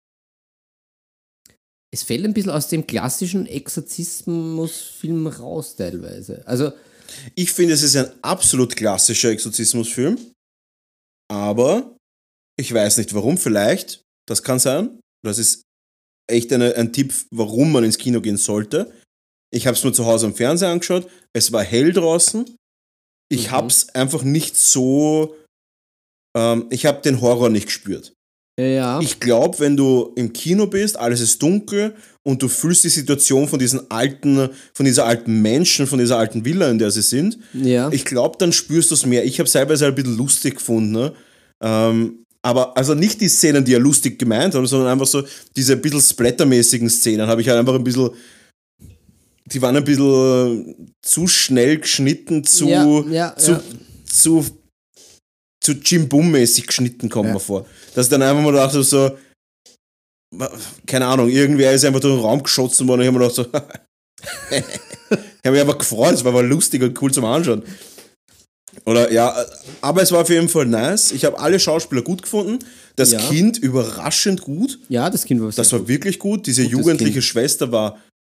Es fällt ein bisschen aus dem klassischen Exorzismus-Film raus teilweise. Also, Ich finde, es ist ein absolut klassischer Exorzismusfilm, aber ich weiß nicht warum, vielleicht, das kann sein, das ist echt eine, ein Tipp, warum man ins Kino gehen sollte. Ich habe es mir zu Hause am Fernseher angeschaut, es war hell draußen, ich Mhm. habe es einfach nicht so, ähm, ich habe den Horror nicht gespürt. ja, Ich glaube, wenn du im Kino bist, alles ist dunkel und du fühlst die Situation von diesen alten, von dieser alten Menschen, von dieser alten Villa, in der sie sind, ja, ich glaube, dann spürst du es mehr. Ich habe es teilweise ein bisschen lustig gefunden. Ne? Ähm, aber also nicht die Szenen, die er lustig gemeint haben, sondern einfach so diese ein bisschen splattermäßigen Szenen habe ich halt einfach ein bisschen, die waren ein bisschen zu schnell geschnitten, zu, ja, ja, zu, ja. zu, zu Jim Boom-mäßig geschnitten, kommt Ja. mir vor. Dass ich dann einfach mal dachte, so, keine Ahnung, irgendwer ist einfach durch den Raum geschossen worden und ich habe mir gedacht, so, ich habe mich einfach gefreut, es war aber lustig und cool zum Anschauen. Oder ja, aber es war auf jeden Fall nice. Ich habe alle Schauspieler gut gefunden. Das Ja. Kind überraschend gut. Ja, das Kind war sehr Das war gut. wirklich gut. Diese Gutes jugendliche Kind. Schwester war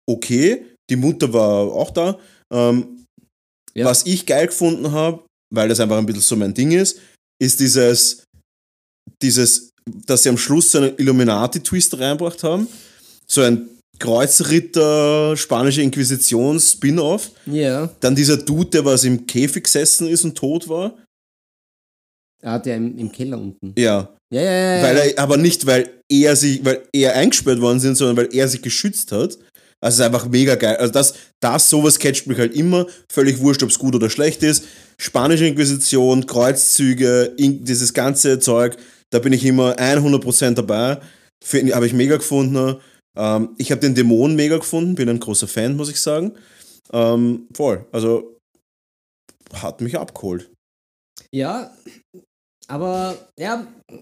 okay. Die Mutter war auch da. Ähm, Ja. Was ich geil gefunden habe, weil das einfach ein bisschen so mein Ding ist, ist dieses, dieses, dass sie am Schluss so einen Illuminati-Twist reingebracht haben. So ein Kreuzritter, spanische Inquisition-Spin-Off. Ja. Dann dieser Dude, der was im Käfig gesessen ist und tot war. Ah, der im, im Keller unten. Ja. Ja, ja, ja. Weil ja. er, aber nicht, weil er sich, weil er eingesperrt worden sind, sondern weil er sich geschützt hat. Also es ist einfach mega geil. Also das, das sowas catcht mich halt immer. Völlig wurscht, ob es gut oder schlecht ist. Spanische Inquisition, Kreuzzüge, in, dieses ganze Zeug, da bin ich immer hundert Prozent dabei. Habe ich mega gefunden. Ähm, ich habe den Dämon mega gefunden, bin ein großer Fan, muss ich sagen. Ähm, voll. Also hat mich abgeholt. Ja, aber ja,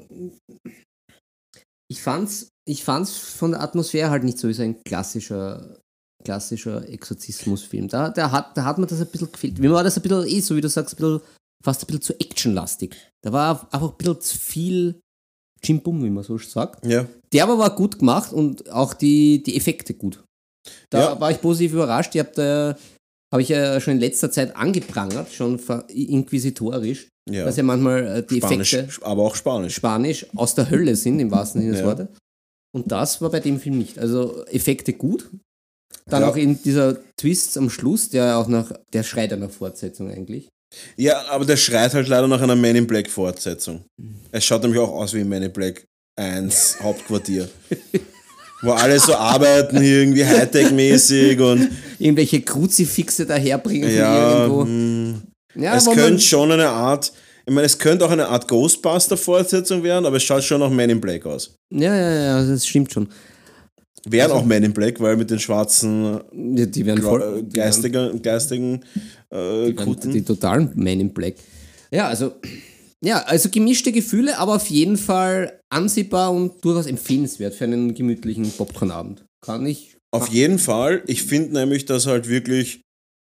ich fand's, ich fand's von der Atmosphäre halt nicht so wie so ein klassischer, klassischer Exorzismusfilm. Da, da, hat, da hat mir das ein bisschen gefehlt. Mir war das ein bisschen, eh, so wie du sagst, ein bisschen, fast ein bisschen zu actionlastig. Da war einfach ein bisschen zu viel Chimpum, wie man so sagt. Ja. Der aber war gut gemacht und auch die, die Effekte gut. Da Ja. war ich positiv überrascht. Ich habe da habe ich ja schon in letzter Zeit angeprangert, schon ver- inquisitorisch, Ja. dass ja manchmal äh, die Spanisch, Effekte aber auch Spanisch. Spanisch aus der Hölle sind, im wahrsten Sinne des Ja. Wortes. Und das war bei dem Film nicht. Also Effekte gut. Dann Ja. auch in dieser Twist am Schluss, der auch nach, der schreit ja nach Fortsetzung eigentlich. Ja, aber der schreit halt leider nach einer Man in Black Fortsetzung. Es schaut nämlich auch aus wie Man in Black eins Hauptquartier. Wo alle so arbeiten, hier irgendwie Hightech-mäßig und Irgendwelche Kruzifixe daherbringen von ja, irgendwo. mh, Ja, es wo man- könnte schon eine Art, ich meine, es könnte auch eine Art Ghostbuster-Fortsetzung werden, aber es schaut schon nach Man in Black aus. Ja, ja, ja, das stimmt schon. Wären auch Man in Black, weil mit den schwarzen Die, die werden Gra- voll. äh, die werden- geistigen, geistigen äh, Die, Kutten. die totalen Men in Black. Ja, also, ja, also gemischte Gefühle, aber auf jeden Fall ansehbar und durchaus empfehlenswert für einen gemütlichen Popcornabend. Kann ich. Auf jeden Fall. Ich finde nämlich, dass halt wirklich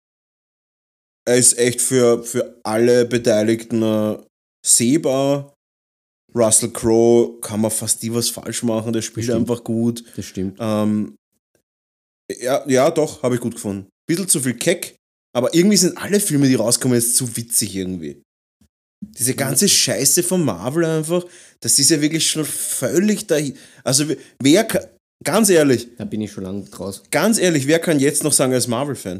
er ist echt für, für alle Beteiligten äh, sehbar. Russell Crowe kann man fast nie was falsch machen, der spielt stimmt. einfach gut. Das stimmt. Ähm, ja, ja, doch, habe ich gut gefunden. Bisschen zu viel Keck, aber irgendwie sind alle Filme, die rauskommen, jetzt zu witzig irgendwie. Diese ganze Scheiße von Marvel einfach, das ist ja wirklich schon völlig dahin. Also wer kann, ganz ehrlich, Da bin ich schon lange draus. ganz ehrlich, wer kann jetzt noch sagen, er ist Marvel-Fan?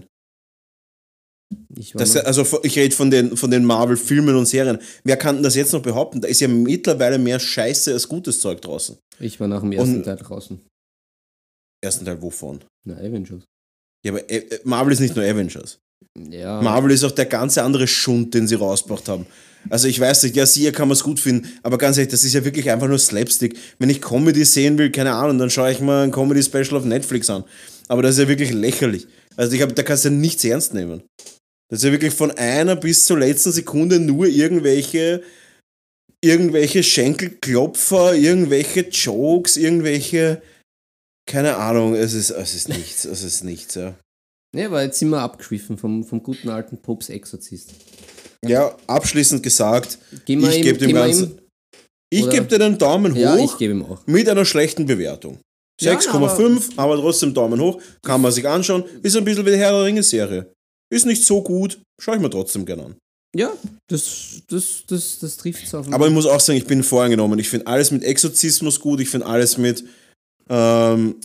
Ich war, Das, mal, also ich rede von den, von den Marvel-Filmen und Serien. Wer kann denn das jetzt noch behaupten? Da ist ja mittlerweile mehr Scheiße als gutes Zeug draußen. ich war nach dem ersten und- Teil draußen. Ersten Teil wovon? Na, Avengers. Ja, aber äh, Marvel ist nicht nur Avengers. Ja. Marvel ist auch der ganze andere Schund, den sie rausgebracht haben. Also ich weiß nicht, ja, sie kann man es gut finden, aber ganz ehrlich, das ist ja wirklich einfach nur Slapstick. Wenn ich Comedy sehen will, keine Ahnung, dann schaue ich mal ein Comedy-Special auf Netflix an. Aber das ist ja wirklich lächerlich. Also ich hab, da kannst du ja nichts ernst nehmen. Das ist ja wirklich von einer bis zur letzten Sekunde nur irgendwelche, irgendwelche Schenkelklopfer, irgendwelche Jokes, irgendwelche, keine Ahnung, es ist, es ist nichts, es ist nichts, ja. Ja, aber jetzt sind wir abgeschwiffen vom, vom guten alten Popes Exorzist. Ja, abschließend gesagt, Geben wir ich ihm- gebe dem geben wir Ganzen, ihm- ich oder- gebe dir einen Daumen hoch Ja, ich gebe ihm auch. mit einer schlechten Bewertung. Ja, sechs Komma fünf, aber, trotzdem Daumen hoch, kann man sich anschauen, ist ein bisschen wie die Herr der Ringe-Serie. Ist nicht so gut, schaue ich mir trotzdem gerne an. Ja, das, das, das, das trifft es auf den Aber ich muss auch sagen, ich bin voreingenommen. Ich finde alles mit Exorzismus gut, ich finde alles mit ähm,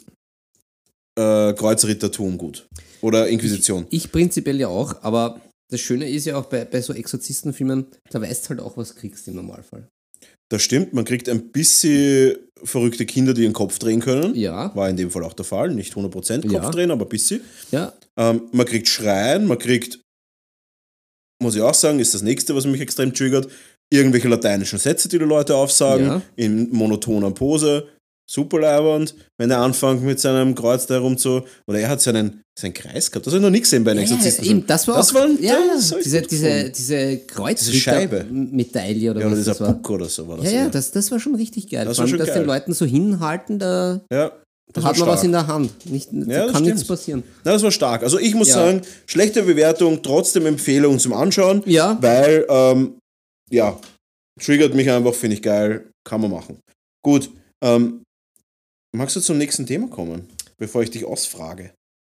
äh, Kreuzrittertum gut. Oder Inquisition. Ich prinzipiell ja auch, aber das Schöne ist ja auch bei, bei so Exorzistenfilmen, da weißt halt auch, was kriegst im Normalfall. Das stimmt, man kriegt ein bisschen verrückte Kinder, die ihren Kopf drehen können. Ja, War in dem Fall auch der Fall. Nicht hundert Prozent Kopf Ja. drehen, aber ein bisschen. ja, Ähm, man kriegt Schreien, man kriegt, muss ich auch sagen, ist das nächste, was mich extrem triggert, irgendwelche lateinischen Sätze, die die Leute aufsagen, Ja. in monotoner Pose. Super leibernd, wenn er anfängt mit seinem Kreuz da herum zu. Oder er hat seinen, seinen Kreis gehabt. Das habe ich noch nie gesehen bei einem ja, Exorzisten. eben, das war Das auch, war- ja, das hab ich diese, gut diese, gefunden. diese Kreuzritter Diese Scheibe. Medaille oder Ja, oder was dieser das war. Puck oder so war das. Ja, ja, eher. das, das war schon richtig geil. Das Vor war allem, schon dass geil. den Leuten so hinhalten, da, ja, da das hat war man was stark. in der Hand. Nicht, da Ja, das kann nichts stimmt. passieren. Na, das war stark. Also ich muss Ja. sagen, schlechte Bewertung, trotzdem Empfehlung zum Anschauen. Ja. Weil, ähm, ja, triggert mich einfach, finde ich geil, kann man machen. Gut, ähm, magst du zum nächsten Thema kommen, bevor ich dich ausfrage?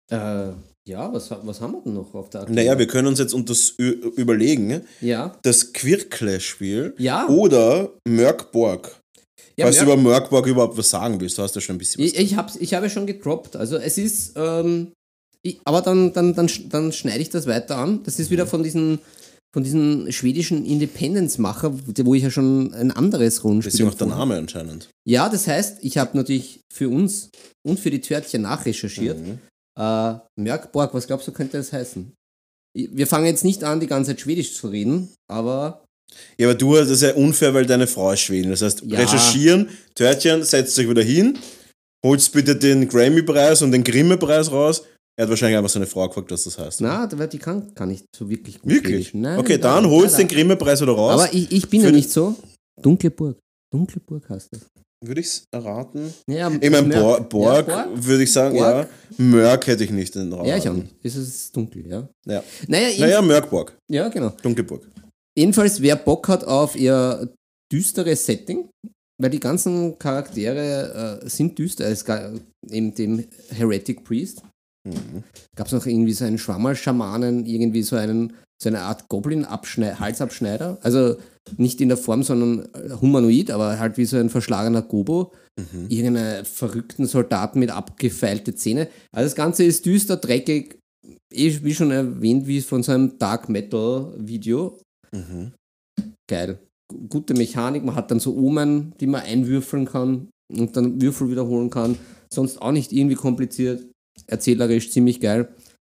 Äh, ja, was, was haben wir denn noch auf der Agenda? Naja, wir können uns jetzt das überlegen, Ja. das Quirkle-Spiel Ja. oder Mörkborg. Ja, Falls du Mörk- über Mörkborg überhaupt was sagen willst, du hast ja schon ein bisschen was. Ich, ich, hab's, ich habe schon gedroppt. Also es ist, ähm, ich, aber dann, dann, dann, sch- dann schneide ich das weiter an. Das ist wieder von diesen, von diesen schwedischen Independence-Macher, wo ich ja schon ein anderes Rollenspiel Deswegen auch der empfohlen habe. Name anscheinend. Ja, das heißt, ich habe natürlich für uns und für die Törtchen nachrecherchiert. Mhm. Äh, Mörkborg, was glaubst du, könnte das heißen? Wir fangen jetzt nicht an, die ganze Zeit Schwedisch zu reden, aber Ja, aber du, das ist ja unfair, weil deine Frau ist Schwedin. Das heißt, Ja. recherchieren, Törtchen, setzt euch wieder hin, holst bitte den Grammy-Preis und den Grimme-Preis raus. Er hat wahrscheinlich einfach seine Frau gefragt, was das heißt. na, die kann gar nicht so wirklich gut Wirklich? Schwedisch. Nein, Okay, nein, dann nein, holst nein. den Grimme-Preis wieder raus. Aber ich, ich bin Für ja den- nicht so. Dunkle Burg. Dunkle Burg heißt das. Würde ich es erraten? Ja, Ich meine, Mörk. Borg, Ja, Borg? würde ich sagen, Borg? ja. Mörk hätte ich nicht in den Raum. Ja, ich auch nicht. Es ist dunkel, ja. Ja. Naja, jeden- Naja, Mörkborg. ja, genau. Dunkelburg. Jedenfalls, wer Bock hat auf ihr düsteres Setting, weil die ganzen Charaktere äh, sind düster. Es gab eben dem Heretic Priest. Mhm. Gab es noch irgendwie so einen Schwammerl-Schamanen, irgendwie so einen so eine Art Goblin-Halsabschneider. Also nicht in der Form, sondern äh, humanoid, aber halt wie so ein verschlagener Gobo. Mhm. Irgendeinen verrückten Soldaten mit abgefeilte Zähne. Also das Ganze ist düster, dreckig, eh, wie schon erwähnt, wie von so einem Dark Metal Video. Mhm. Geil. G- Gute Mechanik, man hat dann so Omen, die man einwürfeln kann und dann Würfel wiederholen kann. Sonst auch nicht irgendwie kompliziert. Erzählerisch ziemlich geil.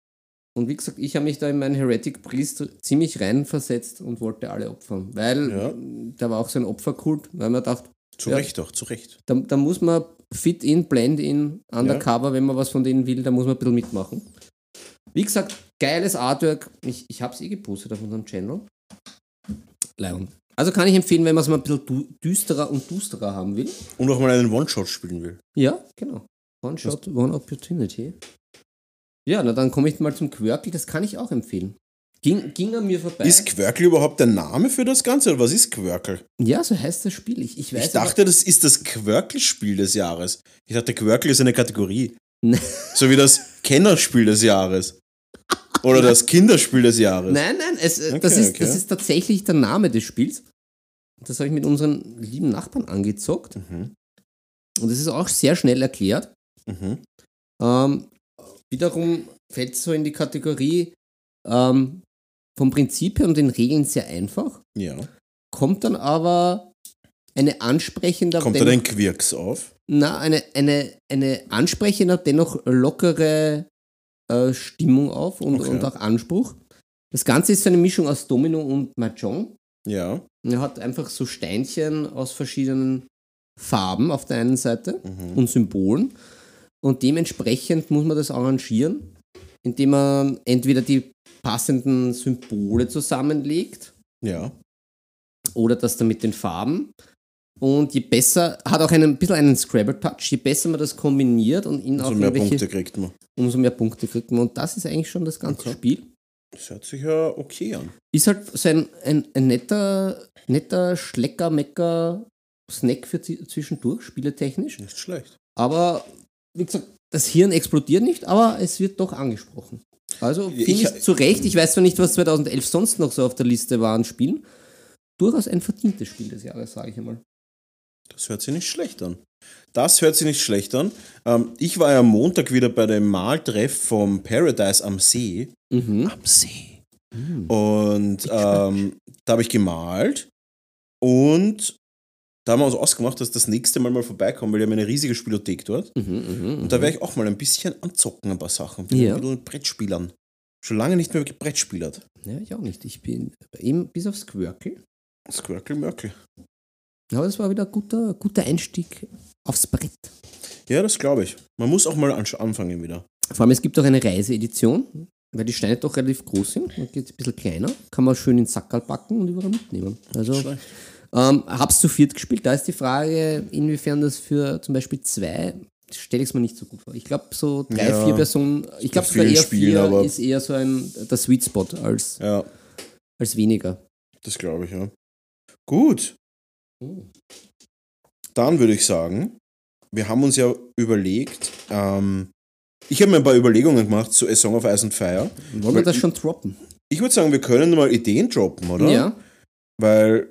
Und wie gesagt, ich habe mich da in meinen Heretic Priest ziemlich reinversetzt und wollte alle opfern. Weil Ja. da war auch so ein Opferkult, weil man dachte, Zu Ja. Recht auch, zu Recht. da, da muss man fit in, blend in, undercover, wenn man was von denen will, da muss man ein bisschen mitmachen. Wie gesagt, geiles Artwork. Ich, ich habe es eh gepostet auf unserem Channel. Lion. Also kann ich empfehlen, wenn man es mal ein bisschen dü- düsterer und dusterer haben will. Und auch mal einen One-Shot spielen will. Ja, genau. One Shot, One Opportunity. Ja, na dann komme ich mal zum Quirkel, das kann ich auch empfehlen. Ging, ging an mir vorbei. Ist Quirkel überhaupt der Name für das Ganze? Oder was ist Quirkel? ja, so heißt das Spiel. Ich, ich weiß Ich dachte, das ist das Quirkel-Spiel des Jahres. Ich dachte, Quirkel ist eine Kategorie. Ne. So wie das Kennerspiel des Jahres. Oder das Kinderspiel des Jahres. Nein, nein, es, äh, das, Okay, ist, okay. das ist tatsächlich der Name des Spiels. Das habe ich mit unseren lieben Nachbarn angezockt. Mhm. Und es ist auch sehr schnell erklärt. Mhm. Ähm, wiederum fällt es so in die Kategorie ähm, vom Prinzip her und den Regeln sehr einfach. Ja. Kommt dann aber eine ansprechende, Kommt da dein Quirks auf? na, eine, eine, eine ansprechende, dennoch lockere äh, Stimmung auf und, Okay. und auch Anspruch. Das Ganze ist so eine Mischung aus Domino und Mahjong. Ja. Er hat einfach so Steinchen aus verschiedenen Farben auf der einen Seite Mhm. und Symbolen. Und dementsprechend muss man das arrangieren, indem man entweder die passenden Symbole zusammenlegt Ja. oder das dann mit den Farben. Und je besser, hat auch einen, ein bisschen einen Scrabble-Touch, je besser man das kombiniert und ihn Also auch mehr irgendwelche, Punkte kriegt man. umso mehr Punkte kriegt man. Und das ist eigentlich schon das ganze Okay. Spiel. Das hört sich ja okay an. Ist halt so ein, ein, ein netter, netter Schlecker-Mecker-Snack für zi- zwischendurch, spieletechnisch. Nicht schlecht. Aber wie gesagt, das Hirn explodiert nicht, aber es wird doch angesprochen. Also Ich- finde ich zu Recht, ich weiß zwar nicht, was zweitausendelf sonst noch so auf der Liste war an Spielen, durchaus ein verdientes Spiel des Jahres, sage ich einmal. Das hört sich nicht schlecht an. Das hört sich nicht schlecht an. Ähm, ich war ja am Montag wieder bei dem Maltreff vom Paradise am See. Mhm. Am See. Mhm. Und ähm, da habe ich gemalt. Und da haben wir uns ausgemacht, dass das nächste Mal mal vorbeikommen, weil wir haben eine riesige Spielothek dort. Mhm, mhm, Und da werde ich auch mal ein bisschen anzocken, ein paar Sachen. Bin Ja. ein bisschen Brettspielern. Schon lange nicht mehr Brettspielert. Ja, ich auch nicht. Ich bin eben bis aufs Quirkel. Squircle Mörkel. Aber das war wieder ein guter, guter Einstieg aufs Brett. Ja, das glaube ich. Man muss auch mal ansch- anfangen wieder. Vor allem, es gibt auch eine Reiseedition, weil die Steine doch relativ groß sind. Dann geht es ein bisschen kleiner. Kann man schön in den Sackerl packen und überall mitnehmen. Also, Schlecht. ähm, hab's zu viert gespielt. Da ist die Frage, inwiefern das für zum Beispiel zwei, stelle ich es mir nicht so gut vor. Ich glaube, so drei, Ja, vier Personen, ich glaube bei sogar vielen eher Spielen, vier aber- ist eher so ein der Sweet Spot als, Ja, als weniger. das glaube ich, ja. Gut. Dann würde ich sagen, wir haben uns ja überlegt, ähm, Ich habe mir ein paar Überlegungen gemacht zu A Song of Ice and Fire. Wollen wir das schon droppen? Ich würde sagen, wir können mal Ideen droppen, oder? Ja. Weil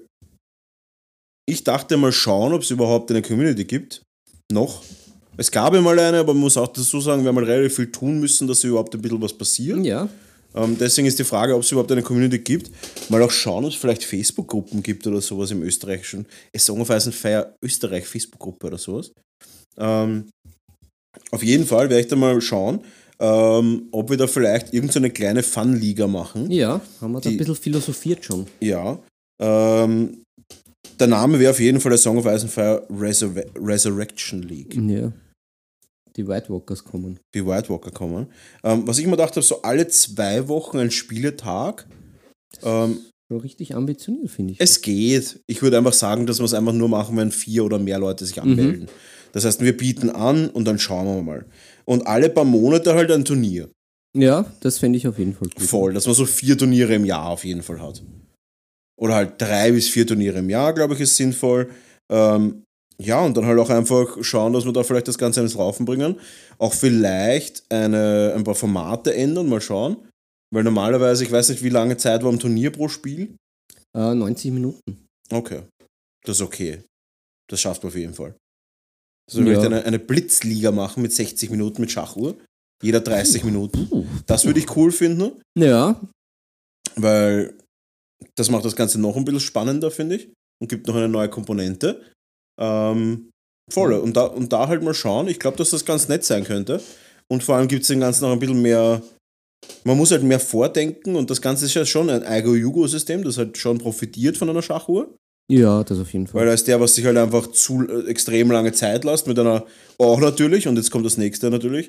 ich dachte mal schauen, ob es überhaupt eine Community gibt. Noch. Es gab ja mal eine, aber man muss auch dazu sagen, wir haben mal relativ viel tun müssen, dass überhaupt ein bisschen was passiert. Ja. Ähm, deswegen ist die Frage, ob es überhaupt eine Community gibt. Mal auch schauen, ob es vielleicht Facebook-Gruppen gibt oder sowas im Österreichischen. A Song of Ice and Fire Österreich Facebook-Gruppe oder sowas. Ähm, auf jeden Fall werde ich da mal schauen, ähm, ob wir da vielleicht irgendeine so kleine Fun-Liga machen. Ja, haben wir da Die- ein bisschen philosophiert schon. Ja. Ähm, der Name wäre auf jeden Fall A Song of Ice and Fire Resur- Resurrection League. Ja. Die White Walkers kommen. Die White Walker kommen. Ähm, was ich mir gedacht habe, so alle zwei Wochen ein Spieletag. Ähm, Schon richtig ambitioniert, finde ich. es geht. Ich würde einfach sagen, dass wir es einfach nur machen, wenn vier oder mehr Leute sich anmelden. Das heißt, wir bieten an und dann schauen wir mal. Und alle paar Monate halt ein Turnier. Ja, das fände ich auf jeden Fall gut. Voll, dass man so vier Turniere im Jahr auf jeden Fall hat. Oder halt drei bis vier Turniere im Jahr, glaube ich, ist sinnvoll. Ähm, ja, und dann halt auch einfach schauen, dass wir da vielleicht das Ganze ins Laufen bringen. Auch vielleicht eine, ein paar Formate ändern, mal schauen. Weil normalerweise, ich weiß nicht, wie lange Zeit war am Turnier pro Spiel. Äh, neunzig Minuten. Okay, das ist okay. Das schafft man auf jeden Fall. So Ja. vielleicht eine, eine Blitzliga machen mit sechzig Minuten mit Schachuhr. Jeder dreißig Minuten. Uh. Das würde ich cool finden, Ja, weil das macht das Ganze noch ein bisschen spannender, finde ich. Und gibt noch eine neue Komponente. Ähm, voll. Und da, und da halt mal schauen. Ich glaube, dass das ganz nett sein könnte. Und vor allem gibt es dem Ganzen noch ein bisschen mehr. Man muss halt mehr vordenken. Und das Ganze ist ja schon ein Aigo-Yugo-System, das halt schon profitiert von einer Schachuhr. ja, das auf jeden Fall. Weil da ist der, was sich halt einfach zu äh, extrem lange Zeit lässt, mit einer auch natürlich, und jetzt kommt das nächste natürlich,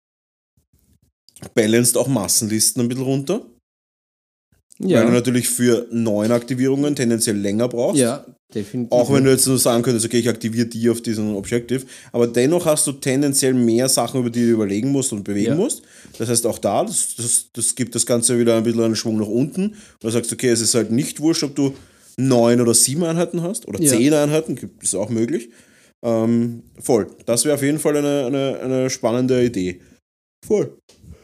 balanced auch Massenlisten ein bisschen runter. Weil du ja, natürlich für neun Aktivierungen tendenziell länger brauchst. ja, definitiv. Auch wenn du jetzt nur sagen könntest, okay, ich aktiviere die auf diesen Objective, aber dennoch hast du tendenziell mehr Sachen, über die du überlegen musst und bewegen Ja. musst. Das heißt, auch da, das, das, das gibt das Ganze wieder ein bisschen einen Schwung nach unten. Und du sagst, okay, es ist halt nicht wurscht, ob du neun oder sieben Einheiten hast oder Ja. zehn Einheiten, gibt- ist auch möglich. Ähm, voll. Das wäre auf jeden Fall eine, eine, eine spannende Idee. Voll.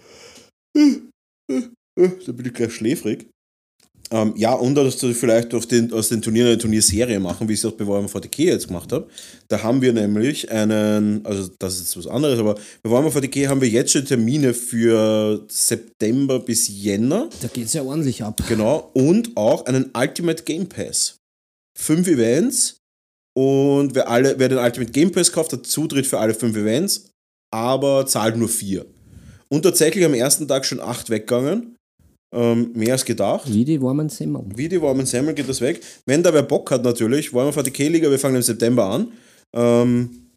Da bin ich gleich schläfrig. Ähm, ja, und dass du vielleicht auf den, aus den Turnieren eine Turnierserie machen, wie ich es auch bei Warhammer forty K jetzt gemacht habe. Da haben wir nämlich einen, also das ist jetzt was anderes, aber bei Warhammer forty K haben wir jetzt schon Termine für September bis Jänner. Da geht es ja ordentlich ab. Genau. Und auch einen Ultimate Game Pass. Fünf Events. Und wer, alle, wer den Ultimate Game Pass kauft, hat Zutritt für alle fünf Events, aber zahlt nur vier. Und tatsächlich am ersten Tag schon acht weggegangen. Ähm, mehr als gedacht. Wie die warmen Semmeln. Wie die Warmen Semmel geht das weg. Wenn da wer Bock hat natürlich, Warhammer forty K Liga, wir fangen im September an. Ähm,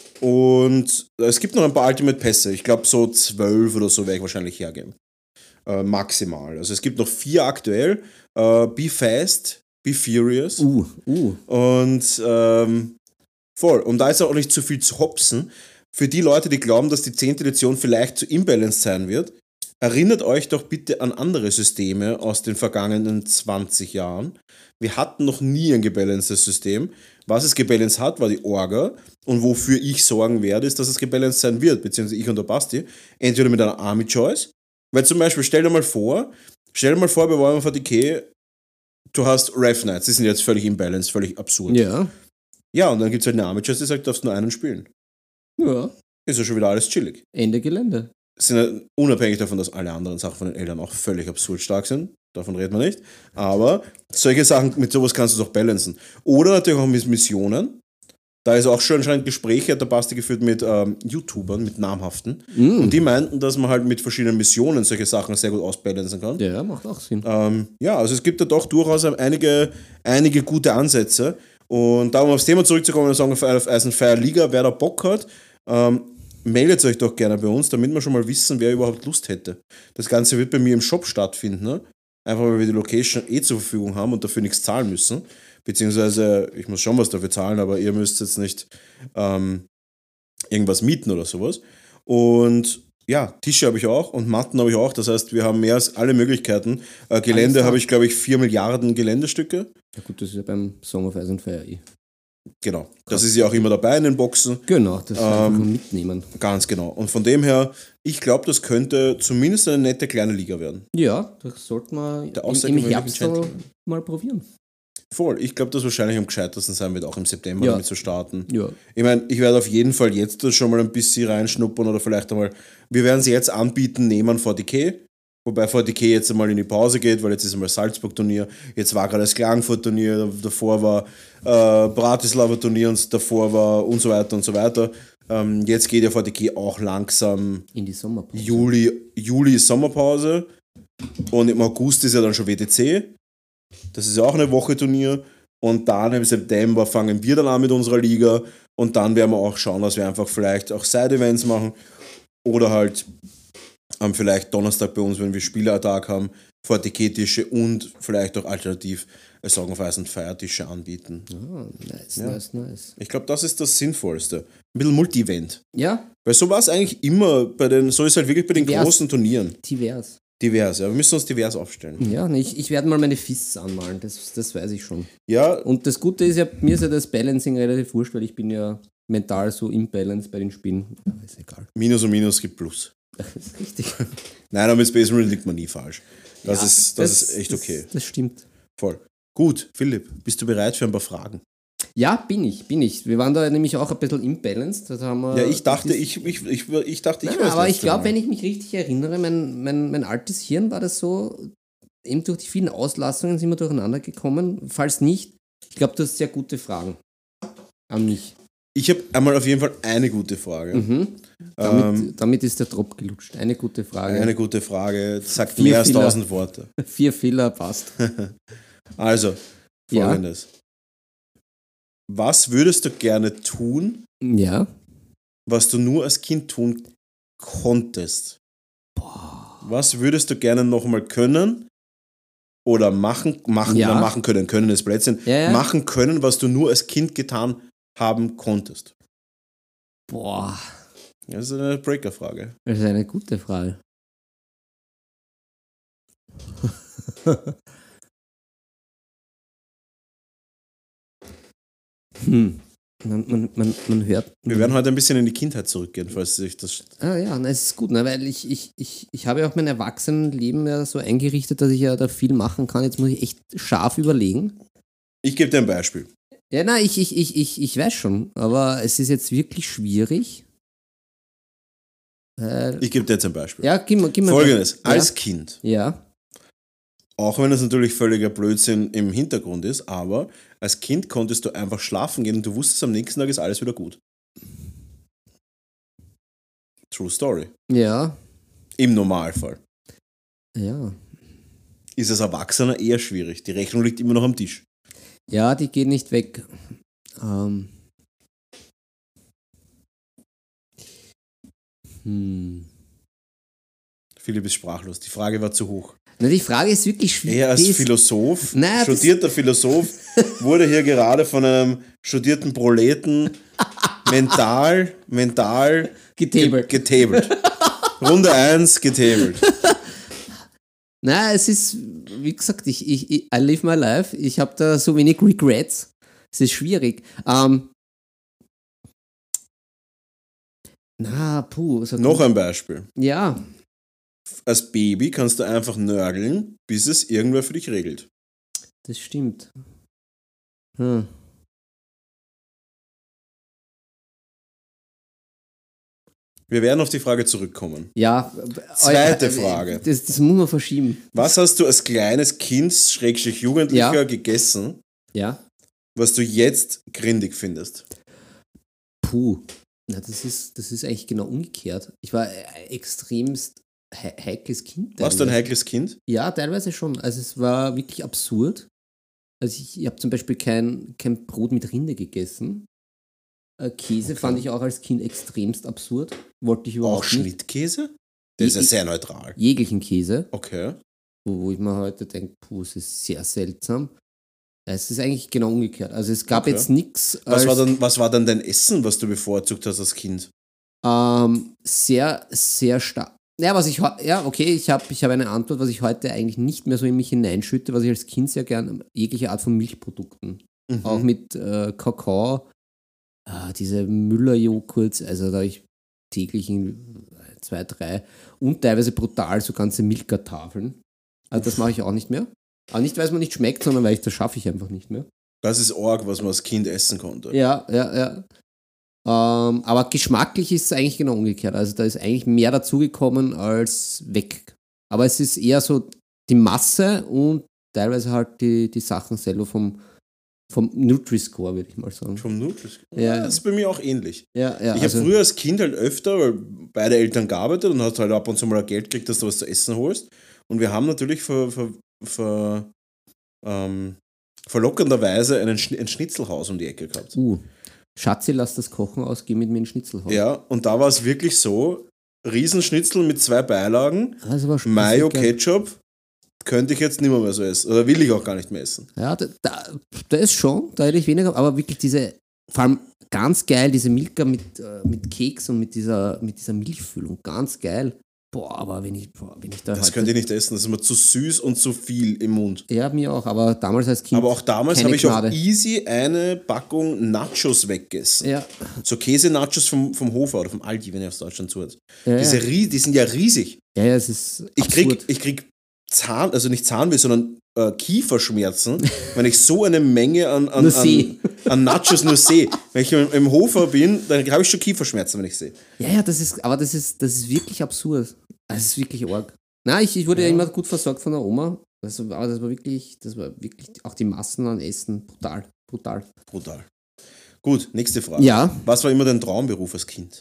und es gibt noch ein paar Ultimate Pässe. Ich glaube so zwölf oder so werde ich wahrscheinlich hergeben. Äh, maximal. Also es gibt noch vier aktuell. Äh, Be Fast, Be Furious. Uh, uh. Und ähm, voll. Und da ist auch nicht zu viel zu hopsen. Für die Leute, die glauben, dass die zehnte Edition vielleicht zu imbalanced sein wird, erinnert euch doch bitte an andere Systeme aus den vergangenen zwanzig Jahren. Wir hatten noch nie ein gebalancedes System. Was es gebalanced hat, war die Orga. Und wofür ich sorgen werde, ist, dass es gebalanced sein wird, beziehungsweise ich und der Basti. Entweder mit einer Army Choice. Weil zum Beispiel, stell dir mal vor, stell dir mal vor, bei Warhammer forty K, du hast Rev Knights, die sind jetzt völlig imbalanced, völlig absurd. Ja. Ja, und dann gibt es halt eine Army Choice, die sagt, du darfst nur einen spielen. Ja. Ist ja schon wieder alles chillig. Ende Gelände. Sind ja unabhängig davon, dass alle anderen Sachen von den Eltern auch völlig absurd stark sind. Davon redet man nicht. Aber solche Sachen, mit sowas kannst du doch balancen. Oder natürlich auch mit Missionen. Da ist auch schon anscheinend Gespräche, hat der Basti geführt mit ähm, YouTubern, mit namhaften. Mm. Und die meinten, dass man halt mit verschiedenen Missionen solche Sachen sehr gut ausbalancen kann. Ja, macht auch Sinn. Ähm, ja, also es gibt da doch durchaus einige, einige gute Ansätze. Und da, um aufs Thema zurückzukommen, Song of Ice and Fire Liga, wer da Bock hat, ähm, meldet euch doch gerne bei uns, damit wir schon mal wissen, wer überhaupt Lust hätte. Das Ganze wird bei mir im Shop stattfinden, ne? Einfach weil wir die Location eh zur Verfügung haben und dafür nichts zahlen müssen. Beziehungsweise, ich muss schon was dafür zahlen, aber ihr müsst jetzt nicht ähm, irgendwas mieten oder sowas. Und ja, Tische habe ich auch und Matten habe ich auch. Das heißt, wir haben mehr als alle Möglichkeiten. Äh, Gelände Alles da. habe ich, glaube ich, vier Milliarden Geländestücke. Ja gut, das ist ja beim Song of Ice and Fire eh. Genau. Das ist ja auch immer dabei in den Boxen. Genau, das Ähm, einfach mitnehmen. Ganz genau. Und von dem her, ich glaube, das könnte zumindest eine nette kleine Liga werden. Ja, das sollten wir Der im, im außergewöhnlichen Herbst so Gentleman. mal probieren. Voll. Ich glaube, dass wahrscheinlich am gescheitersten sein wird, auch im September Ja. damit zu starten. Ja. Ich meine, ich werde auf jeden Fall jetzt da schon mal ein bisschen reinschnuppern oder vielleicht einmal, wir werden es jetzt anbieten, nehmen vierzig K, wobei vierzig K jetzt einmal in die Pause geht, weil jetzt ist einmal Salzburg-Turnier, jetzt war gerade das Klagenfurt-Turnier, davor war äh, Bratislava-Turnier und davor war und so weiter und so weiter. Ähm, jetzt geht ja vierzig K auch langsam In die Sommerpause. Juli, Juli ist Sommerpause und im August ist ja dann schon W T C. Das ist ja auch eine Woche Turnier. Und dann im September fangen wir dann an mit unserer Liga. Und dann werden wir auch schauen, dass wir einfach vielleicht auch Side-Events machen. Oder halt ähm, vielleicht Donnerstag bei uns, wenn wir Spielertag haben, vierzig K-Tische und vielleicht auch alternativ äh, Song of Ice und Feiertische anbieten. Ah, nice, Ja. nice, nice. Ich glaube, das ist das Sinnvollste. Ein bisschen Multi-Event. Ja, Weil so war es eigentlich immer bei den, so ist halt wirklich bei den Divers. großen Turnieren. divers. Divers, ja. Wir müssen uns divers aufstellen. Ja, nee, ich, ich werde mal meine Fists anmalen, das, das weiß ich schon. Ja, Und das Gute ist ja, mir ist ja das Balancing relativ wurscht, weil ich bin ja mental so im Balance bei den Spielen. Ja, ist egal. Minus und Minus gibt Plus. Das ist richtig. Nein, aber mit Space Marine liegt man nie falsch. Das, Ja, ist, das, ist echt okay. Das, das stimmt. Voll. Gut, Philipp, bist du bereit für ein paar Fragen? Ja, bin ich, bin ich. Wir waren da nämlich auch ein bisschen imbalanced. Das haben wir, Ja, ich dachte, das ist- ich, ich, ich, ich dachte, ich Nein, weiß aber das ich glaube, Mal. wenn ich mich richtig erinnere, mein, mein, mein altes Hirn war das so, eben durch die vielen Auslassungen sind wir durcheinander gekommen. Falls nicht, ich glaube, du hast sehr gute Fragen an mich. Ich habe einmal auf jeden Fall eine gute Frage. Mhm. Damit, Ähm, damit ist der Drop gelutscht. Eine gute Frage. Eine gute Frage, sagt Vier mehr als Fehler. tausend Worte. Vier Fehler passt. Also, Ja. folgendes. Was würdest du gerne tun, Ja. was du nur als Kind tun konntest? Was würdest du gerne nochmal können oder machen, machen, Ja. na, machen können, können ist Blödsinn, Ja, ja. machen können, was du nur als Kind getan haben konntest? Boah, Das ist eine Breaker-Frage. das ist eine gute Frage. hm. Man, man, man, man hört. Wir werden heute ein bisschen in die Kindheit zurückgehen, falls sich das... Ah ja, na, es ist gut, ne, weil ich, ich, ich, ich habe ja auch mein Erwachsenenleben ja so eingerichtet, dass ich ja da viel machen kann. Jetzt muss ich echt scharf überlegen. Ich gebe dir ein Beispiel. Ja, nein, ich, ich, ich, ich, ich weiß schon, aber es ist jetzt wirklich schwierig. Weil, Ich gebe dir jetzt ein Beispiel. ja, gib mir, gib mir Folgendes, ja. als Kind, Ja, auch wenn es natürlich völliger Blödsinn im Hintergrund ist, aber als Kind konntest du einfach schlafen gehen und du wusstest, am nächsten Tag ist alles wieder gut. True Story. ja, Im Normalfall. ja. Ist als Erwachsener eher schwierig. Die Rechnung liegt immer noch am Tisch. Ja, die geht nicht weg. Ähm. Hm. Philipp ist sprachlos. Die Frage war zu hoch. Na, die Frage ist wirklich schwierig. Er als Die ist- Philosoph, Naja, das- studierter Philosoph, wurde hier gerade von einem studierten Proleten mental, mental Getabelt. ge- getabelt. Runde eins getabelt. Na, es ist, wie gesagt, ich, ich, ich I live my life. Ich habe da so wenig Regrets. Es ist schwierig. Ähm. Na, puh. So Noch ein Beispiel. Ja, Als Baby kannst du einfach nörgeln, bis es irgendwer für dich regelt. das stimmt. Hm. Wir werden auf die Frage zurückkommen. Ja. Zweite äh, Frage. Das, das muss man verschieben. Was hast du als kleines Kind, Schrägstrich Jugendlicher, Ja. gegessen, Ja. was du jetzt grindig findest? Puh. Na, das ist, das ist eigentlich genau umgekehrt. Ich war äh, extremst he heikles Kind. Warst du ein teilweise. heikles Kind? Ja, teilweise schon. Also es war wirklich absurd. Also ich, ich habe zum Beispiel kein, kein Brot mit Rinde gegessen. Äh, Käse Okay. fand ich auch als Kind extremst absurd. Wollte ich überhaupt Auch nicht. Schnittkäse? Der ist ja Ich- sehr neutral. Jeglichen Käse, Okay. wo, wo ich mir heute denke, puh, es ist sehr seltsam. Es ist eigentlich genau umgekehrt. Also es gab Okay. jetzt nichts Was war, dann, was war dann dein Essen, was du bevorzugt hast als Kind? ähm, sehr, sehr stark. Ja, was ich heu- ja, okay, ich habe ich hab eine Antwort, was ich heute eigentlich nicht mehr so in mich hineinschütte, was ich als Kind sehr gern, jegliche Art von Milchprodukten. Mhm. auch mit äh, Kakao. Ah, diese Müller-Joghurts, also da habe ich täglich in zwei, drei und teilweise brutal so ganze Milka-Tafeln. Also das mache ich auch nicht mehr. Aber nicht, weil es mir nicht schmeckt, sondern weil ich das schaffe ich einfach nicht mehr. Das ist arg, was man als Kind essen konnte. Ja, ja, ja. Ähm, aber geschmacklich ist es eigentlich genau umgekehrt. Also da ist eigentlich mehr dazugekommen als weg. Aber es ist eher so die Masse und teilweise halt die, die Sachen selber vom, vom Nutri-Score, würde ich mal sagen. Vom Nutri-Score? Ja. Ja, das ist bei mir auch ähnlich. Ja, ja, Ich also, habe früher als Kind halt öfter, weil beide Eltern gearbeitet und hast halt ab und zu mal Geld gekriegt, dass du was zu essen holst. Und wir haben natürlich ver, ver, ver, ähm, verlockenderweise einen Schn ein Schnitzelhaus um die Ecke gehabt. uh, Schatzi, lass das Kochen aus, geh mit mir in Schnitzelhaus. Ja, und da war es wirklich so, Riesenschnitzel mit zwei Beilagen, Also war Mayo, geil. Ketchup, könnte ich jetzt nicht mehr, mehr so essen. Oder will ich auch gar nicht mehr essen. Ja, da, da, da ist schon, da hätte ich weniger, aber wirklich diese, vor allem ganz geil, diese Milka mit, äh, mit Keks und mit dieser, mit dieser Milchfüllung, ganz geil. Boah, aber wenn ich, boah, wenn ich da Das heute- könnte ich nicht essen, das ist mir zu süß und zu viel im Mund. Ja, mir auch, aber damals als Kind Aber auch damals keine habe ich Gnade. auch easy eine Packung Nachos weggegessen. Ja, So Käse-Nachos vom, vom Hofer oder vom Aldi, wenn ihr aus Deutschland zuhört. ja, Diese ja. rie- die sind ja riesig. ja, ja, es ist Ich krieg, absurd. ich krieg Zahn, also nicht Zahnweh, sondern äh, Kieferschmerzen, wenn ich so eine Menge an, an, Nur sehe. an, an Nachos nur sehe. Wenn ich im, im Hofer bin, dann habe ich schon Kieferschmerzen, wenn ich sehe. Ja, ja, das ist, aber das ist, das ist wirklich absurd. Das ist wirklich arg. Na, ich, ich wurde ja. Ja. immer gut versorgt von der Oma. Das war, aber das war wirklich, das war wirklich auch die Massen an Essen brutal, brutal. Brutal. Gut, nächste Frage. Ja. Was war immer dein Traumberuf als Kind?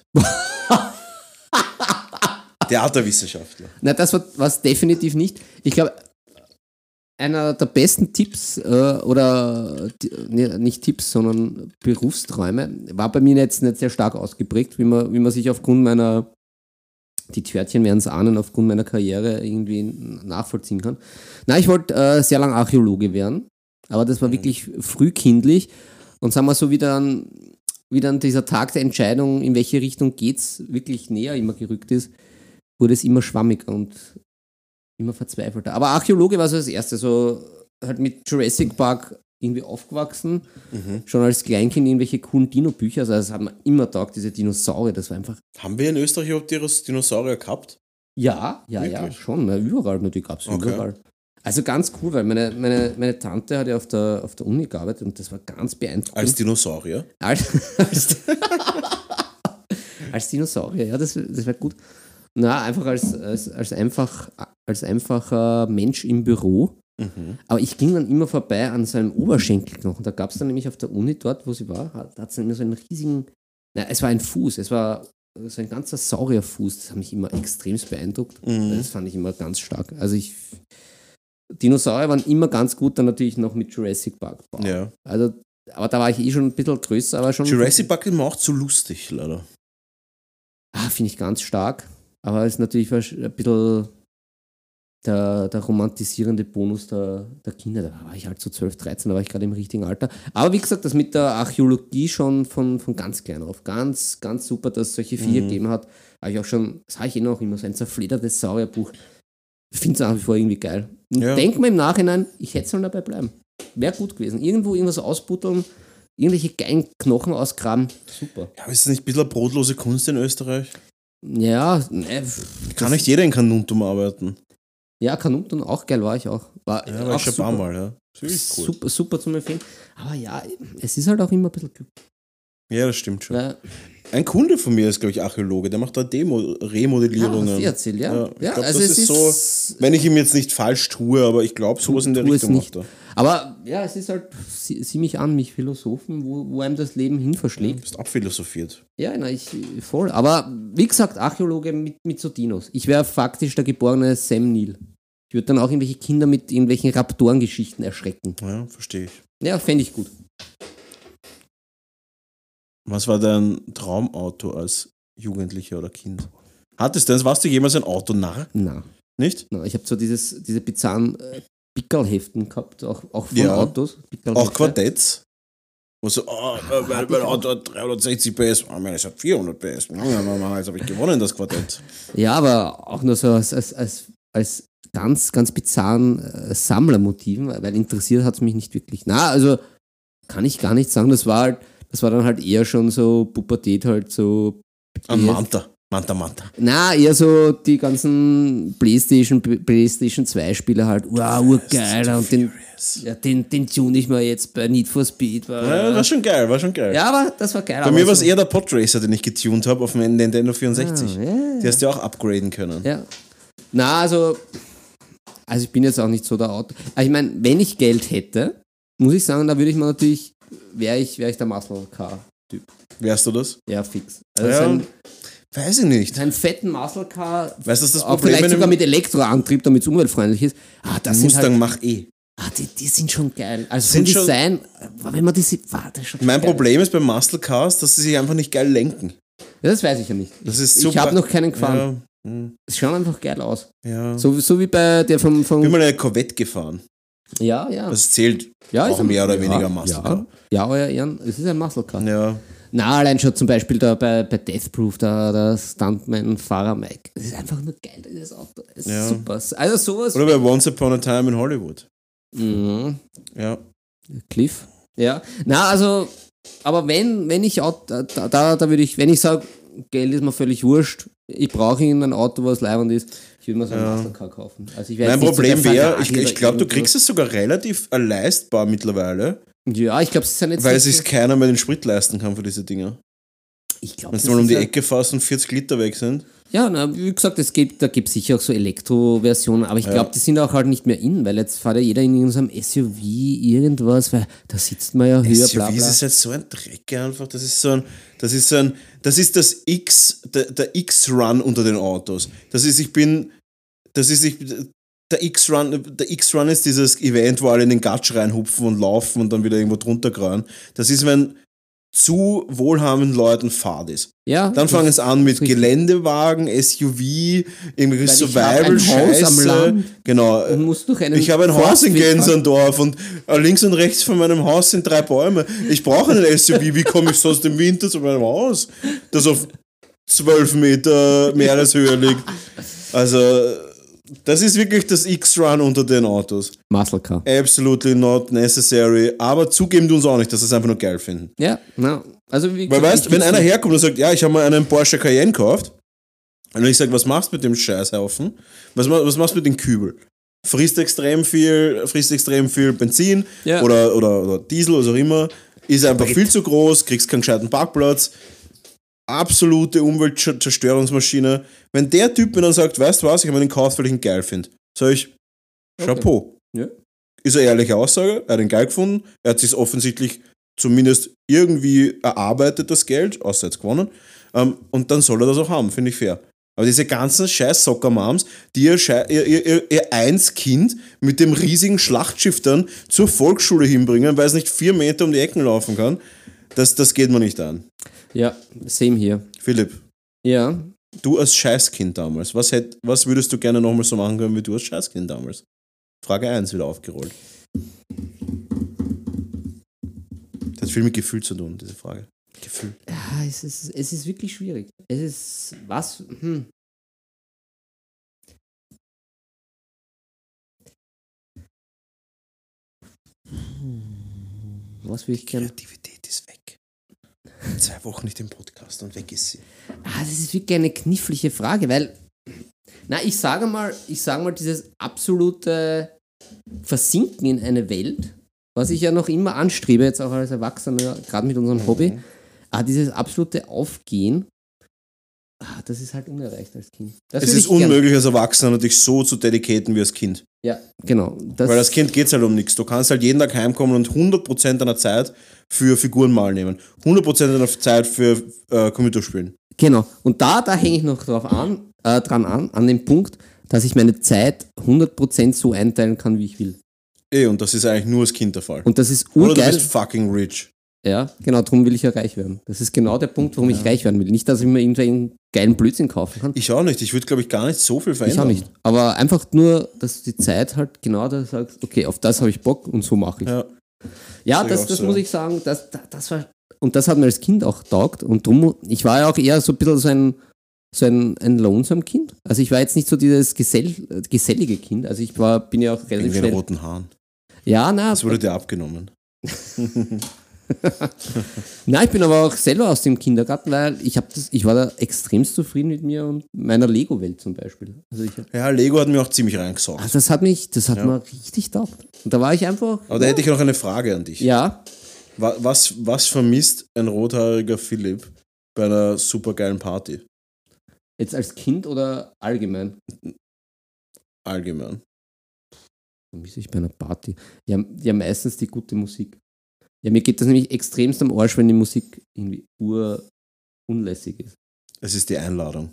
Theaterwissenschaftler. Na, das war was definitiv nicht. Ich glaube, einer der besten Tipps äh, oder die, ne, nicht Tipps, sondern Berufsträume war bei mir jetzt nicht sehr stark ausgeprägt, wie man, wie man sich aufgrund meiner, die Törtchen werden es ahnen, aufgrund meiner Karriere irgendwie nachvollziehen kann. Na, ich wollte äh, sehr lange Archäologe werden, aber das war wirklich frühkindlich und sagen wir so, wie dann, wie dann dieser Tag der Entscheidung, in welche Richtung geht's, wirklich näher immer gerückt ist, wurde es immer schwammiger und immer verzweifelter. Aber Archäologe war so das Erste, so halt mit Jurassic Park irgendwie aufgewachsen, Mhm. schon als Kleinkind irgendwelche coolen Dino-Bücher, also das hat man immer taugt, diese Dinosaurier, das war einfach, Haben wir in Österreich überhaupt Dinos- Dinosaurier gehabt? ja, ja, ja, Wirklich? schon, na, überall, natürlich gab es Okay. überall. Also ganz cool, weil meine, meine, meine Tante hat ja auf der, auf der Uni gearbeitet und das war ganz beeindruckend. Als Dinosaurier? Als, als, als Dinosaurier, ja, das, das wäre gut. Na, einfach als, als, als, einfach, als einfacher Mensch im Büro. Mhm. Aber ich ging dann immer vorbei an so einem Oberschenkelknochen. Da gab es dann nämlich auf der Uni dort, wo sie war, da hat es dann immer so einen riesigen, na, es war ein Fuß, es war so ein ganzer Saurierfuß. Das hat mich immer extremst beeindruckt. Mhm. Das fand ich immer ganz stark. Also ich, Dinosaurier waren immer ganz gut, dann natürlich noch mit Jurassic Park. Wow. Ja. Also, aber da war ich eh schon ein bisschen größer, aber schon. Jurassic Park ist mir auch zu lustig, leider. Ah, finde ich ganz stark. Aber es ist natürlich ein bisschen der, der romantisierende Bonus der, der Kinder. Da war ich halt so zwölf, dreizehn, da war ich gerade im richtigen Alter. Aber wie gesagt, das mit der Archäologie schon von, von ganz klein auf. Ganz, ganz super, dass es solche Viecher Mhm. gegeben hat. Habe ich auch schon, das habe ich eh noch immer, so ein zerfledertes Saurierbuch. Ich finde es nach wie vor irgendwie geil. Und Ja. denk mir im Nachhinein, ich hätte sollen dabei bleiben. Wäre gut gewesen. Irgendwo irgendwas ausbutteln, irgendwelche geilen Knochen ausgraben. Super. Ja, aber ist das nicht ein bisschen eine brotlose Kunst in Österreich? Ja, ne, Kann nicht jeder in Kanuntum arbeiten. ja, Kanuten auch geil, war ich auch. War Ja, war auch ich schon ein paar Mal, ja. Das ist wirklich cool. Super, super zum Empfehlen. Aber ja, es ist halt auch immer ein bisschen Glück. Ja, das stimmt schon. Weil, Ein Kunde von mir ist, glaube ich, Archäologe. Der macht da Demo ja, Remodellierungen. hast du erzählt, ja. Ja, ich ja, glaub, also das es ist so, wenn ich ihm jetzt nicht falsch tue, aber ich glaube, sowas in der tu es Richtung nicht. macht er. Aber ja, es ist halt, sieh, sieh mich an, mich Philosophen, wo, wo einem das Leben hin Du verschlägt. bist abphilosophiert. Ja, na, ich voll. Aber wie gesagt, Archäologe mit, mit so Dinos. Ich wäre faktisch der geborene Sam Neill. Ich würde dann auch irgendwelche Kinder mit irgendwelchen Raptorengeschichten erschrecken. Ja, verstehe ich. Ja, fände ich gut. Was war dein Traumauto als Jugendlicher oder Kind? Hattest du das? Warst du jemals ein Autonarr? Na, Nicht? na ich habe so dieses, diese bizarren äh, Pickelheften gehabt, auch, auch von Ja. Autos. Auch Pickelhefte. Quartetts? Wo so, oh, mein, mein Auto hat dreihundertsechzig P S, oh, meines hat vierhundert P S. Jetzt habe ich gewonnen, das Quartett. Ja, aber auch nur so als, als, als, als ganz, ganz bizarren äh, Sammlermotiven, weil interessiert hat es mich nicht wirklich. Na, also kann ich gar nicht sagen. Das war halt, das war dann halt eher schon so Pubertät halt so. Ein Manta. Manta, Manta. Na, eher so die ganzen Playstation, Playstation zwei Spiele halt, wow, urgeil. Und den, ja, den, den tune ich mal jetzt bei Need for Speed. War, ja, war schon geil, war schon geil. Ja, aber das war geil. Bei mir war es so eher der Podracer, den ich getuned habe auf dem Nintendo vierundsechzig. Ah, ja, die hast du ja auch upgraden können. Ja. Na, also, also ich bin jetzt auch nicht so der Auto. Also ich meine, wenn ich Geld hätte, muss ich sagen, da würde ich mal natürlich, wäre ich, wär ich der Muscle Car-Typ. Wärst du das? Ja, fix. Also Ja. so ein, Weiß ich nicht. so einen fetten Muscle Car, Weißt du, das auch Problem vielleicht mit sogar dem mit Elektroantrieb, damit es umweltfreundlich ist. Ah, das sind Mustang halt, Mach E. ah, die, die sind schon geil. Also Sind vom schon- Design, wenn man die sieht, war das schon Mein geil. Problem ist bei Muscle Cars, dass sie sich einfach nicht geil lenken. Ja, das weiß ich ja nicht. Das ist ich super. habe noch keinen gefahren. Ja, hm, Es schaut einfach geil aus. ja. So, so wie bei der vom. vom Ich bin mal eine Corvette gefahren. ja, ja. Das zählt ja, auch ein- mehr oder ja, weniger Muscle ja, Car. ja, euer Ehren, es ist ein Muscle Car. Ja. Na, allein schon zum Beispiel da bei, bei Death Proof, da der Stuntman-Fahrer Mike. Das ist einfach nur geil, dieses Auto. Das ist Ja. super. Also sowas. Oder bei Once Upon a Time in Hollywood. Mhm. Ja. Cliff. Ja. Na, also, aber wenn, wenn ich Auto, da, da, da würde ich, wenn ich sage, Geld ist mir völlig wurscht, ich brauche irgendein Auto, was leibend ist, ich würde mir so ein Ja. Muscle Car kaufen. Also ich wär Mein jetzt nicht so Problem der wäre, Ferrari ich, oder ich glaube, du irgendwas. kriegst es sogar relativ äh, leistbar mittlerweile, Ja, ich glaube, es ist ja nicht weil so- sich keiner mehr den Sprit leisten kann für diese Dinger. Ich glaube, Wenn du mal um die Ecke fährst und vierzig Liter weg sind. Ja, na, wie gesagt, es gibt, da gibt es sicher auch so Elektro-Versionen, aber ich glaube, die sind auch halt nicht mehr in, weil jetzt fährt ja jeder in irgendeinem S U V irgendwas, weil da sitzt man ja höher, S U bla Vs bla. ist halt so ein Dreck einfach. Das ist so ein, das ist so ein, das ist das X, der, der X-Run unter den Autos. Das ist, ich bin, das ist, ich, der X-Run, der X-Run ist dieses Event, wo alle in den Gatsch reinhupfen und laufen und dann wieder irgendwo drunter grauen. Das ist, wenn zu wohlhabenden Leuten Fahrt ist. Ja, Dann fangen es an mit richtig. Geländewagen, S U V, irgendwelche Weil ich hab ein Haus am Survival-Scheiße. Land Genau. und musst durch einen Ich habe ein Haus in Forstweg fahren. Gensendorf und äh, links und rechts von meinem Haus sind drei Bäume. Ich brauche einen S U V. Wie komme ich sonst im Winter zu meinem Haus, das auf zwölf Meter Meereshöhe liegt? Also, das ist wirklich das X-Run unter den Autos. Muscle Car. Absolutely not necessary. Aber zugeben tun uns auch nicht, dass sie es einfach nur geil finden. Ja, na, also wie Weil gesagt, weißt, ich wenn find's einer nicht- herkommt und sagt, ja, ich habe mal einen Porsche Cayenne gekauft, und ich sage, was machst du mit dem Scheißhaufen? Was, ma- was machst du mit dem Kübel? Frisst extrem viel, frisst extrem viel Benzin Ja. oder, oder, oder Diesel, was auch immer, ist einfach viel zu groß, kriegst keinen gescheiten Parkplatz, absolute Umweltzerstörungsmaschine. Wenn der Typ mir dann sagt, weißt du was, ich habe den gekauft, weil ich ihn geil finde, sage ich, Chapeau. Ja. Ist eine ehrliche Aussage, er hat ihn geil gefunden, er hat sich offensichtlich zumindest irgendwie erarbeitet, das Geld, außer jetzt gewonnen, ähm, und dann soll er das auch haben, finde ich fair. Aber diese ganzen scheiß Soccer-Moms, die ihr, Schei- ihr, ihr, ihr, ihr eins Kind mit dem riesigen Schlachtschiff dann zur Volksschule hinbringen, weil es nicht vier Meter um die Ecken laufen kann, das, das geht mir nicht an. Ja, same hier. Philipp, Ja, du als Scheißkind damals, was, hätt, was würdest du gerne nochmal so machen können wie du als Scheißkind damals? Frage eins wieder aufgerollt. Das hat viel mit Gefühl zu tun, diese Frage. Gefühl. ja es, ist, es ist wirklich schwierig. Es ist, was, hm. Was will ich gerne? Kreativität ist weg. Zwei Wochen nicht im Podcast und weg ist sie. Ah, das ist wirklich eine knifflige Frage, weil, na, ich sage mal, ich sage mal, dieses absolute Versinken in eine Welt, was ich ja noch immer anstrebe, jetzt auch als Erwachsener, gerade mit unserem Hobby, ah, dieses absolute Aufgehen, ah, das ist halt unerreicht als Kind. Das Es würde ist ich gern- unmöglich als Erwachsener, dich so zu dedicaten wie als Kind. Ja, genau. Das, Weil als Kind geht es halt um nichts. Du kannst halt jeden Tag heimkommen und hundert Prozent deiner Zeit für Figuren malen nehmen. hundert Prozent deiner Zeit für äh, Computerspielen. Genau. Und da, da hänge ich noch drauf an, äh, dran an, an dem Punkt, dass ich meine Zeit hundert Prozent so einteilen kann, wie ich will. Eh, und das ist eigentlich nur als Kind der Fall. Und das ist Oder du urgeil. bist fucking rich. Ja, genau, darum will ich ja reich werden. Das ist genau der Punkt, warum ich reich werden will. Nicht, dass ich mir irgendeinen geilen Blödsinn kaufen kann. Ich auch nicht. Ich würde, glaube ich, gar nicht so viel Ich verändern. auch nicht. Aber einfach nur, dass du die Zeit halt genau da sagst, okay, auf das habe ich Bock und so mache ich. Ja. Ja, Sag ich das, auch das so. muss ich sagen, das, das, das war, und das hat mir als Kind auch taugt. Und drum, ich war ja auch eher so ein bisschen so ein, so ein, ein lonesome Kind. Also ich war jetzt nicht so dieses gesell, gesellige Kind. Also ich war, bin ja auch Wegen relativ den schnell. roten Haaren. Ja, na, Das wurde dir abgenommen. Na, ich bin aber auch selber aus dem Kindergarten, weil ich habe das, ich war da extremst zufrieden mit mir und meiner Lego-Welt zum Beispiel. Also ich hab, Ja, Lego hat mir auch ziemlich reingesaugt. also das hat mich, das hat Ja. mir richtig taugt. Und da war ich einfach. Aber da hätte ich noch eine Frage an dich. Ja, Wa- Was, was vermisst ein rothaariger Philipp bei einer supergeilen Party? jetzt als Kind oder allgemein? Allgemein. Vermisse ich bei einer Party. Ja, ja, meistens die gute Musik. Ja, mir geht das nämlich extremst am Arsch, wenn die Musik irgendwie ur unlässig ist. Es ist die Einladung.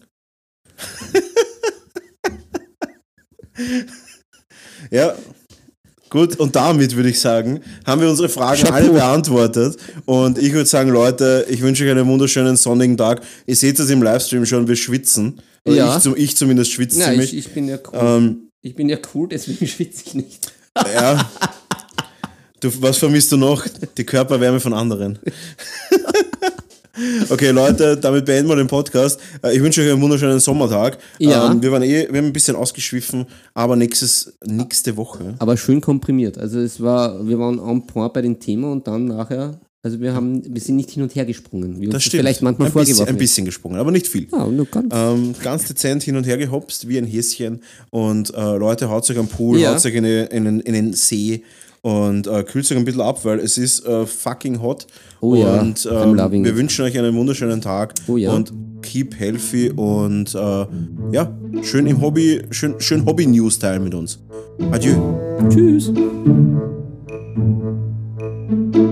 Ja, gut, und damit würde ich sagen, haben wir unsere Fragen Chapeau. alle beantwortet. Und ich würde sagen, Leute, ich wünsche euch einen wunderschönen sonnigen Tag. Ihr seht es im Livestream schon, wir schwitzen. Oder Ja. ich, zum, ich zumindest schwitze Ja, ziemlich. ich, ich bin ja cool. ähm, Ich bin ja cool, deswegen schwitze ich nicht. ja. Du, was vermisst du noch? Die Körperwärme von anderen. Okay, Leute, damit beenden wir den Podcast. Äh, Ich wünsche euch einen wunderschönen Sommertag. Ja. Ähm, wir waren eh, wir haben ein bisschen ausgeschwiffen, aber nächstes, nächste Woche. Aber schön komprimiert. Also es war, wir waren on point bei dem Thema und dann nachher, also wir haben, wir sind nicht hin und her gesprungen, wie uns Das das stimmt. vielleicht manchmal ein bisschen, vorgeworfen ein wird. bisschen gesprungen, aber nicht viel. Ja, nur ganz. Ähm, ganz dezent hin und her gehopst, wie ein Häschen. Und äh, Leute, haut euch am Pool, Ja. haut euch in, eine, in, einen, in den See und äh, kühlt euch ein bisschen ab, weil es ist äh, fucking hot. Oh ja, und I'm ähm, loving wir it. wünschen euch einen wunderschönen Tag. Oh ja. Und keep healthy und äh, ja, schön im Hobby, schön, schön Hobby-News teilen mit uns. Adieu. Tschüss.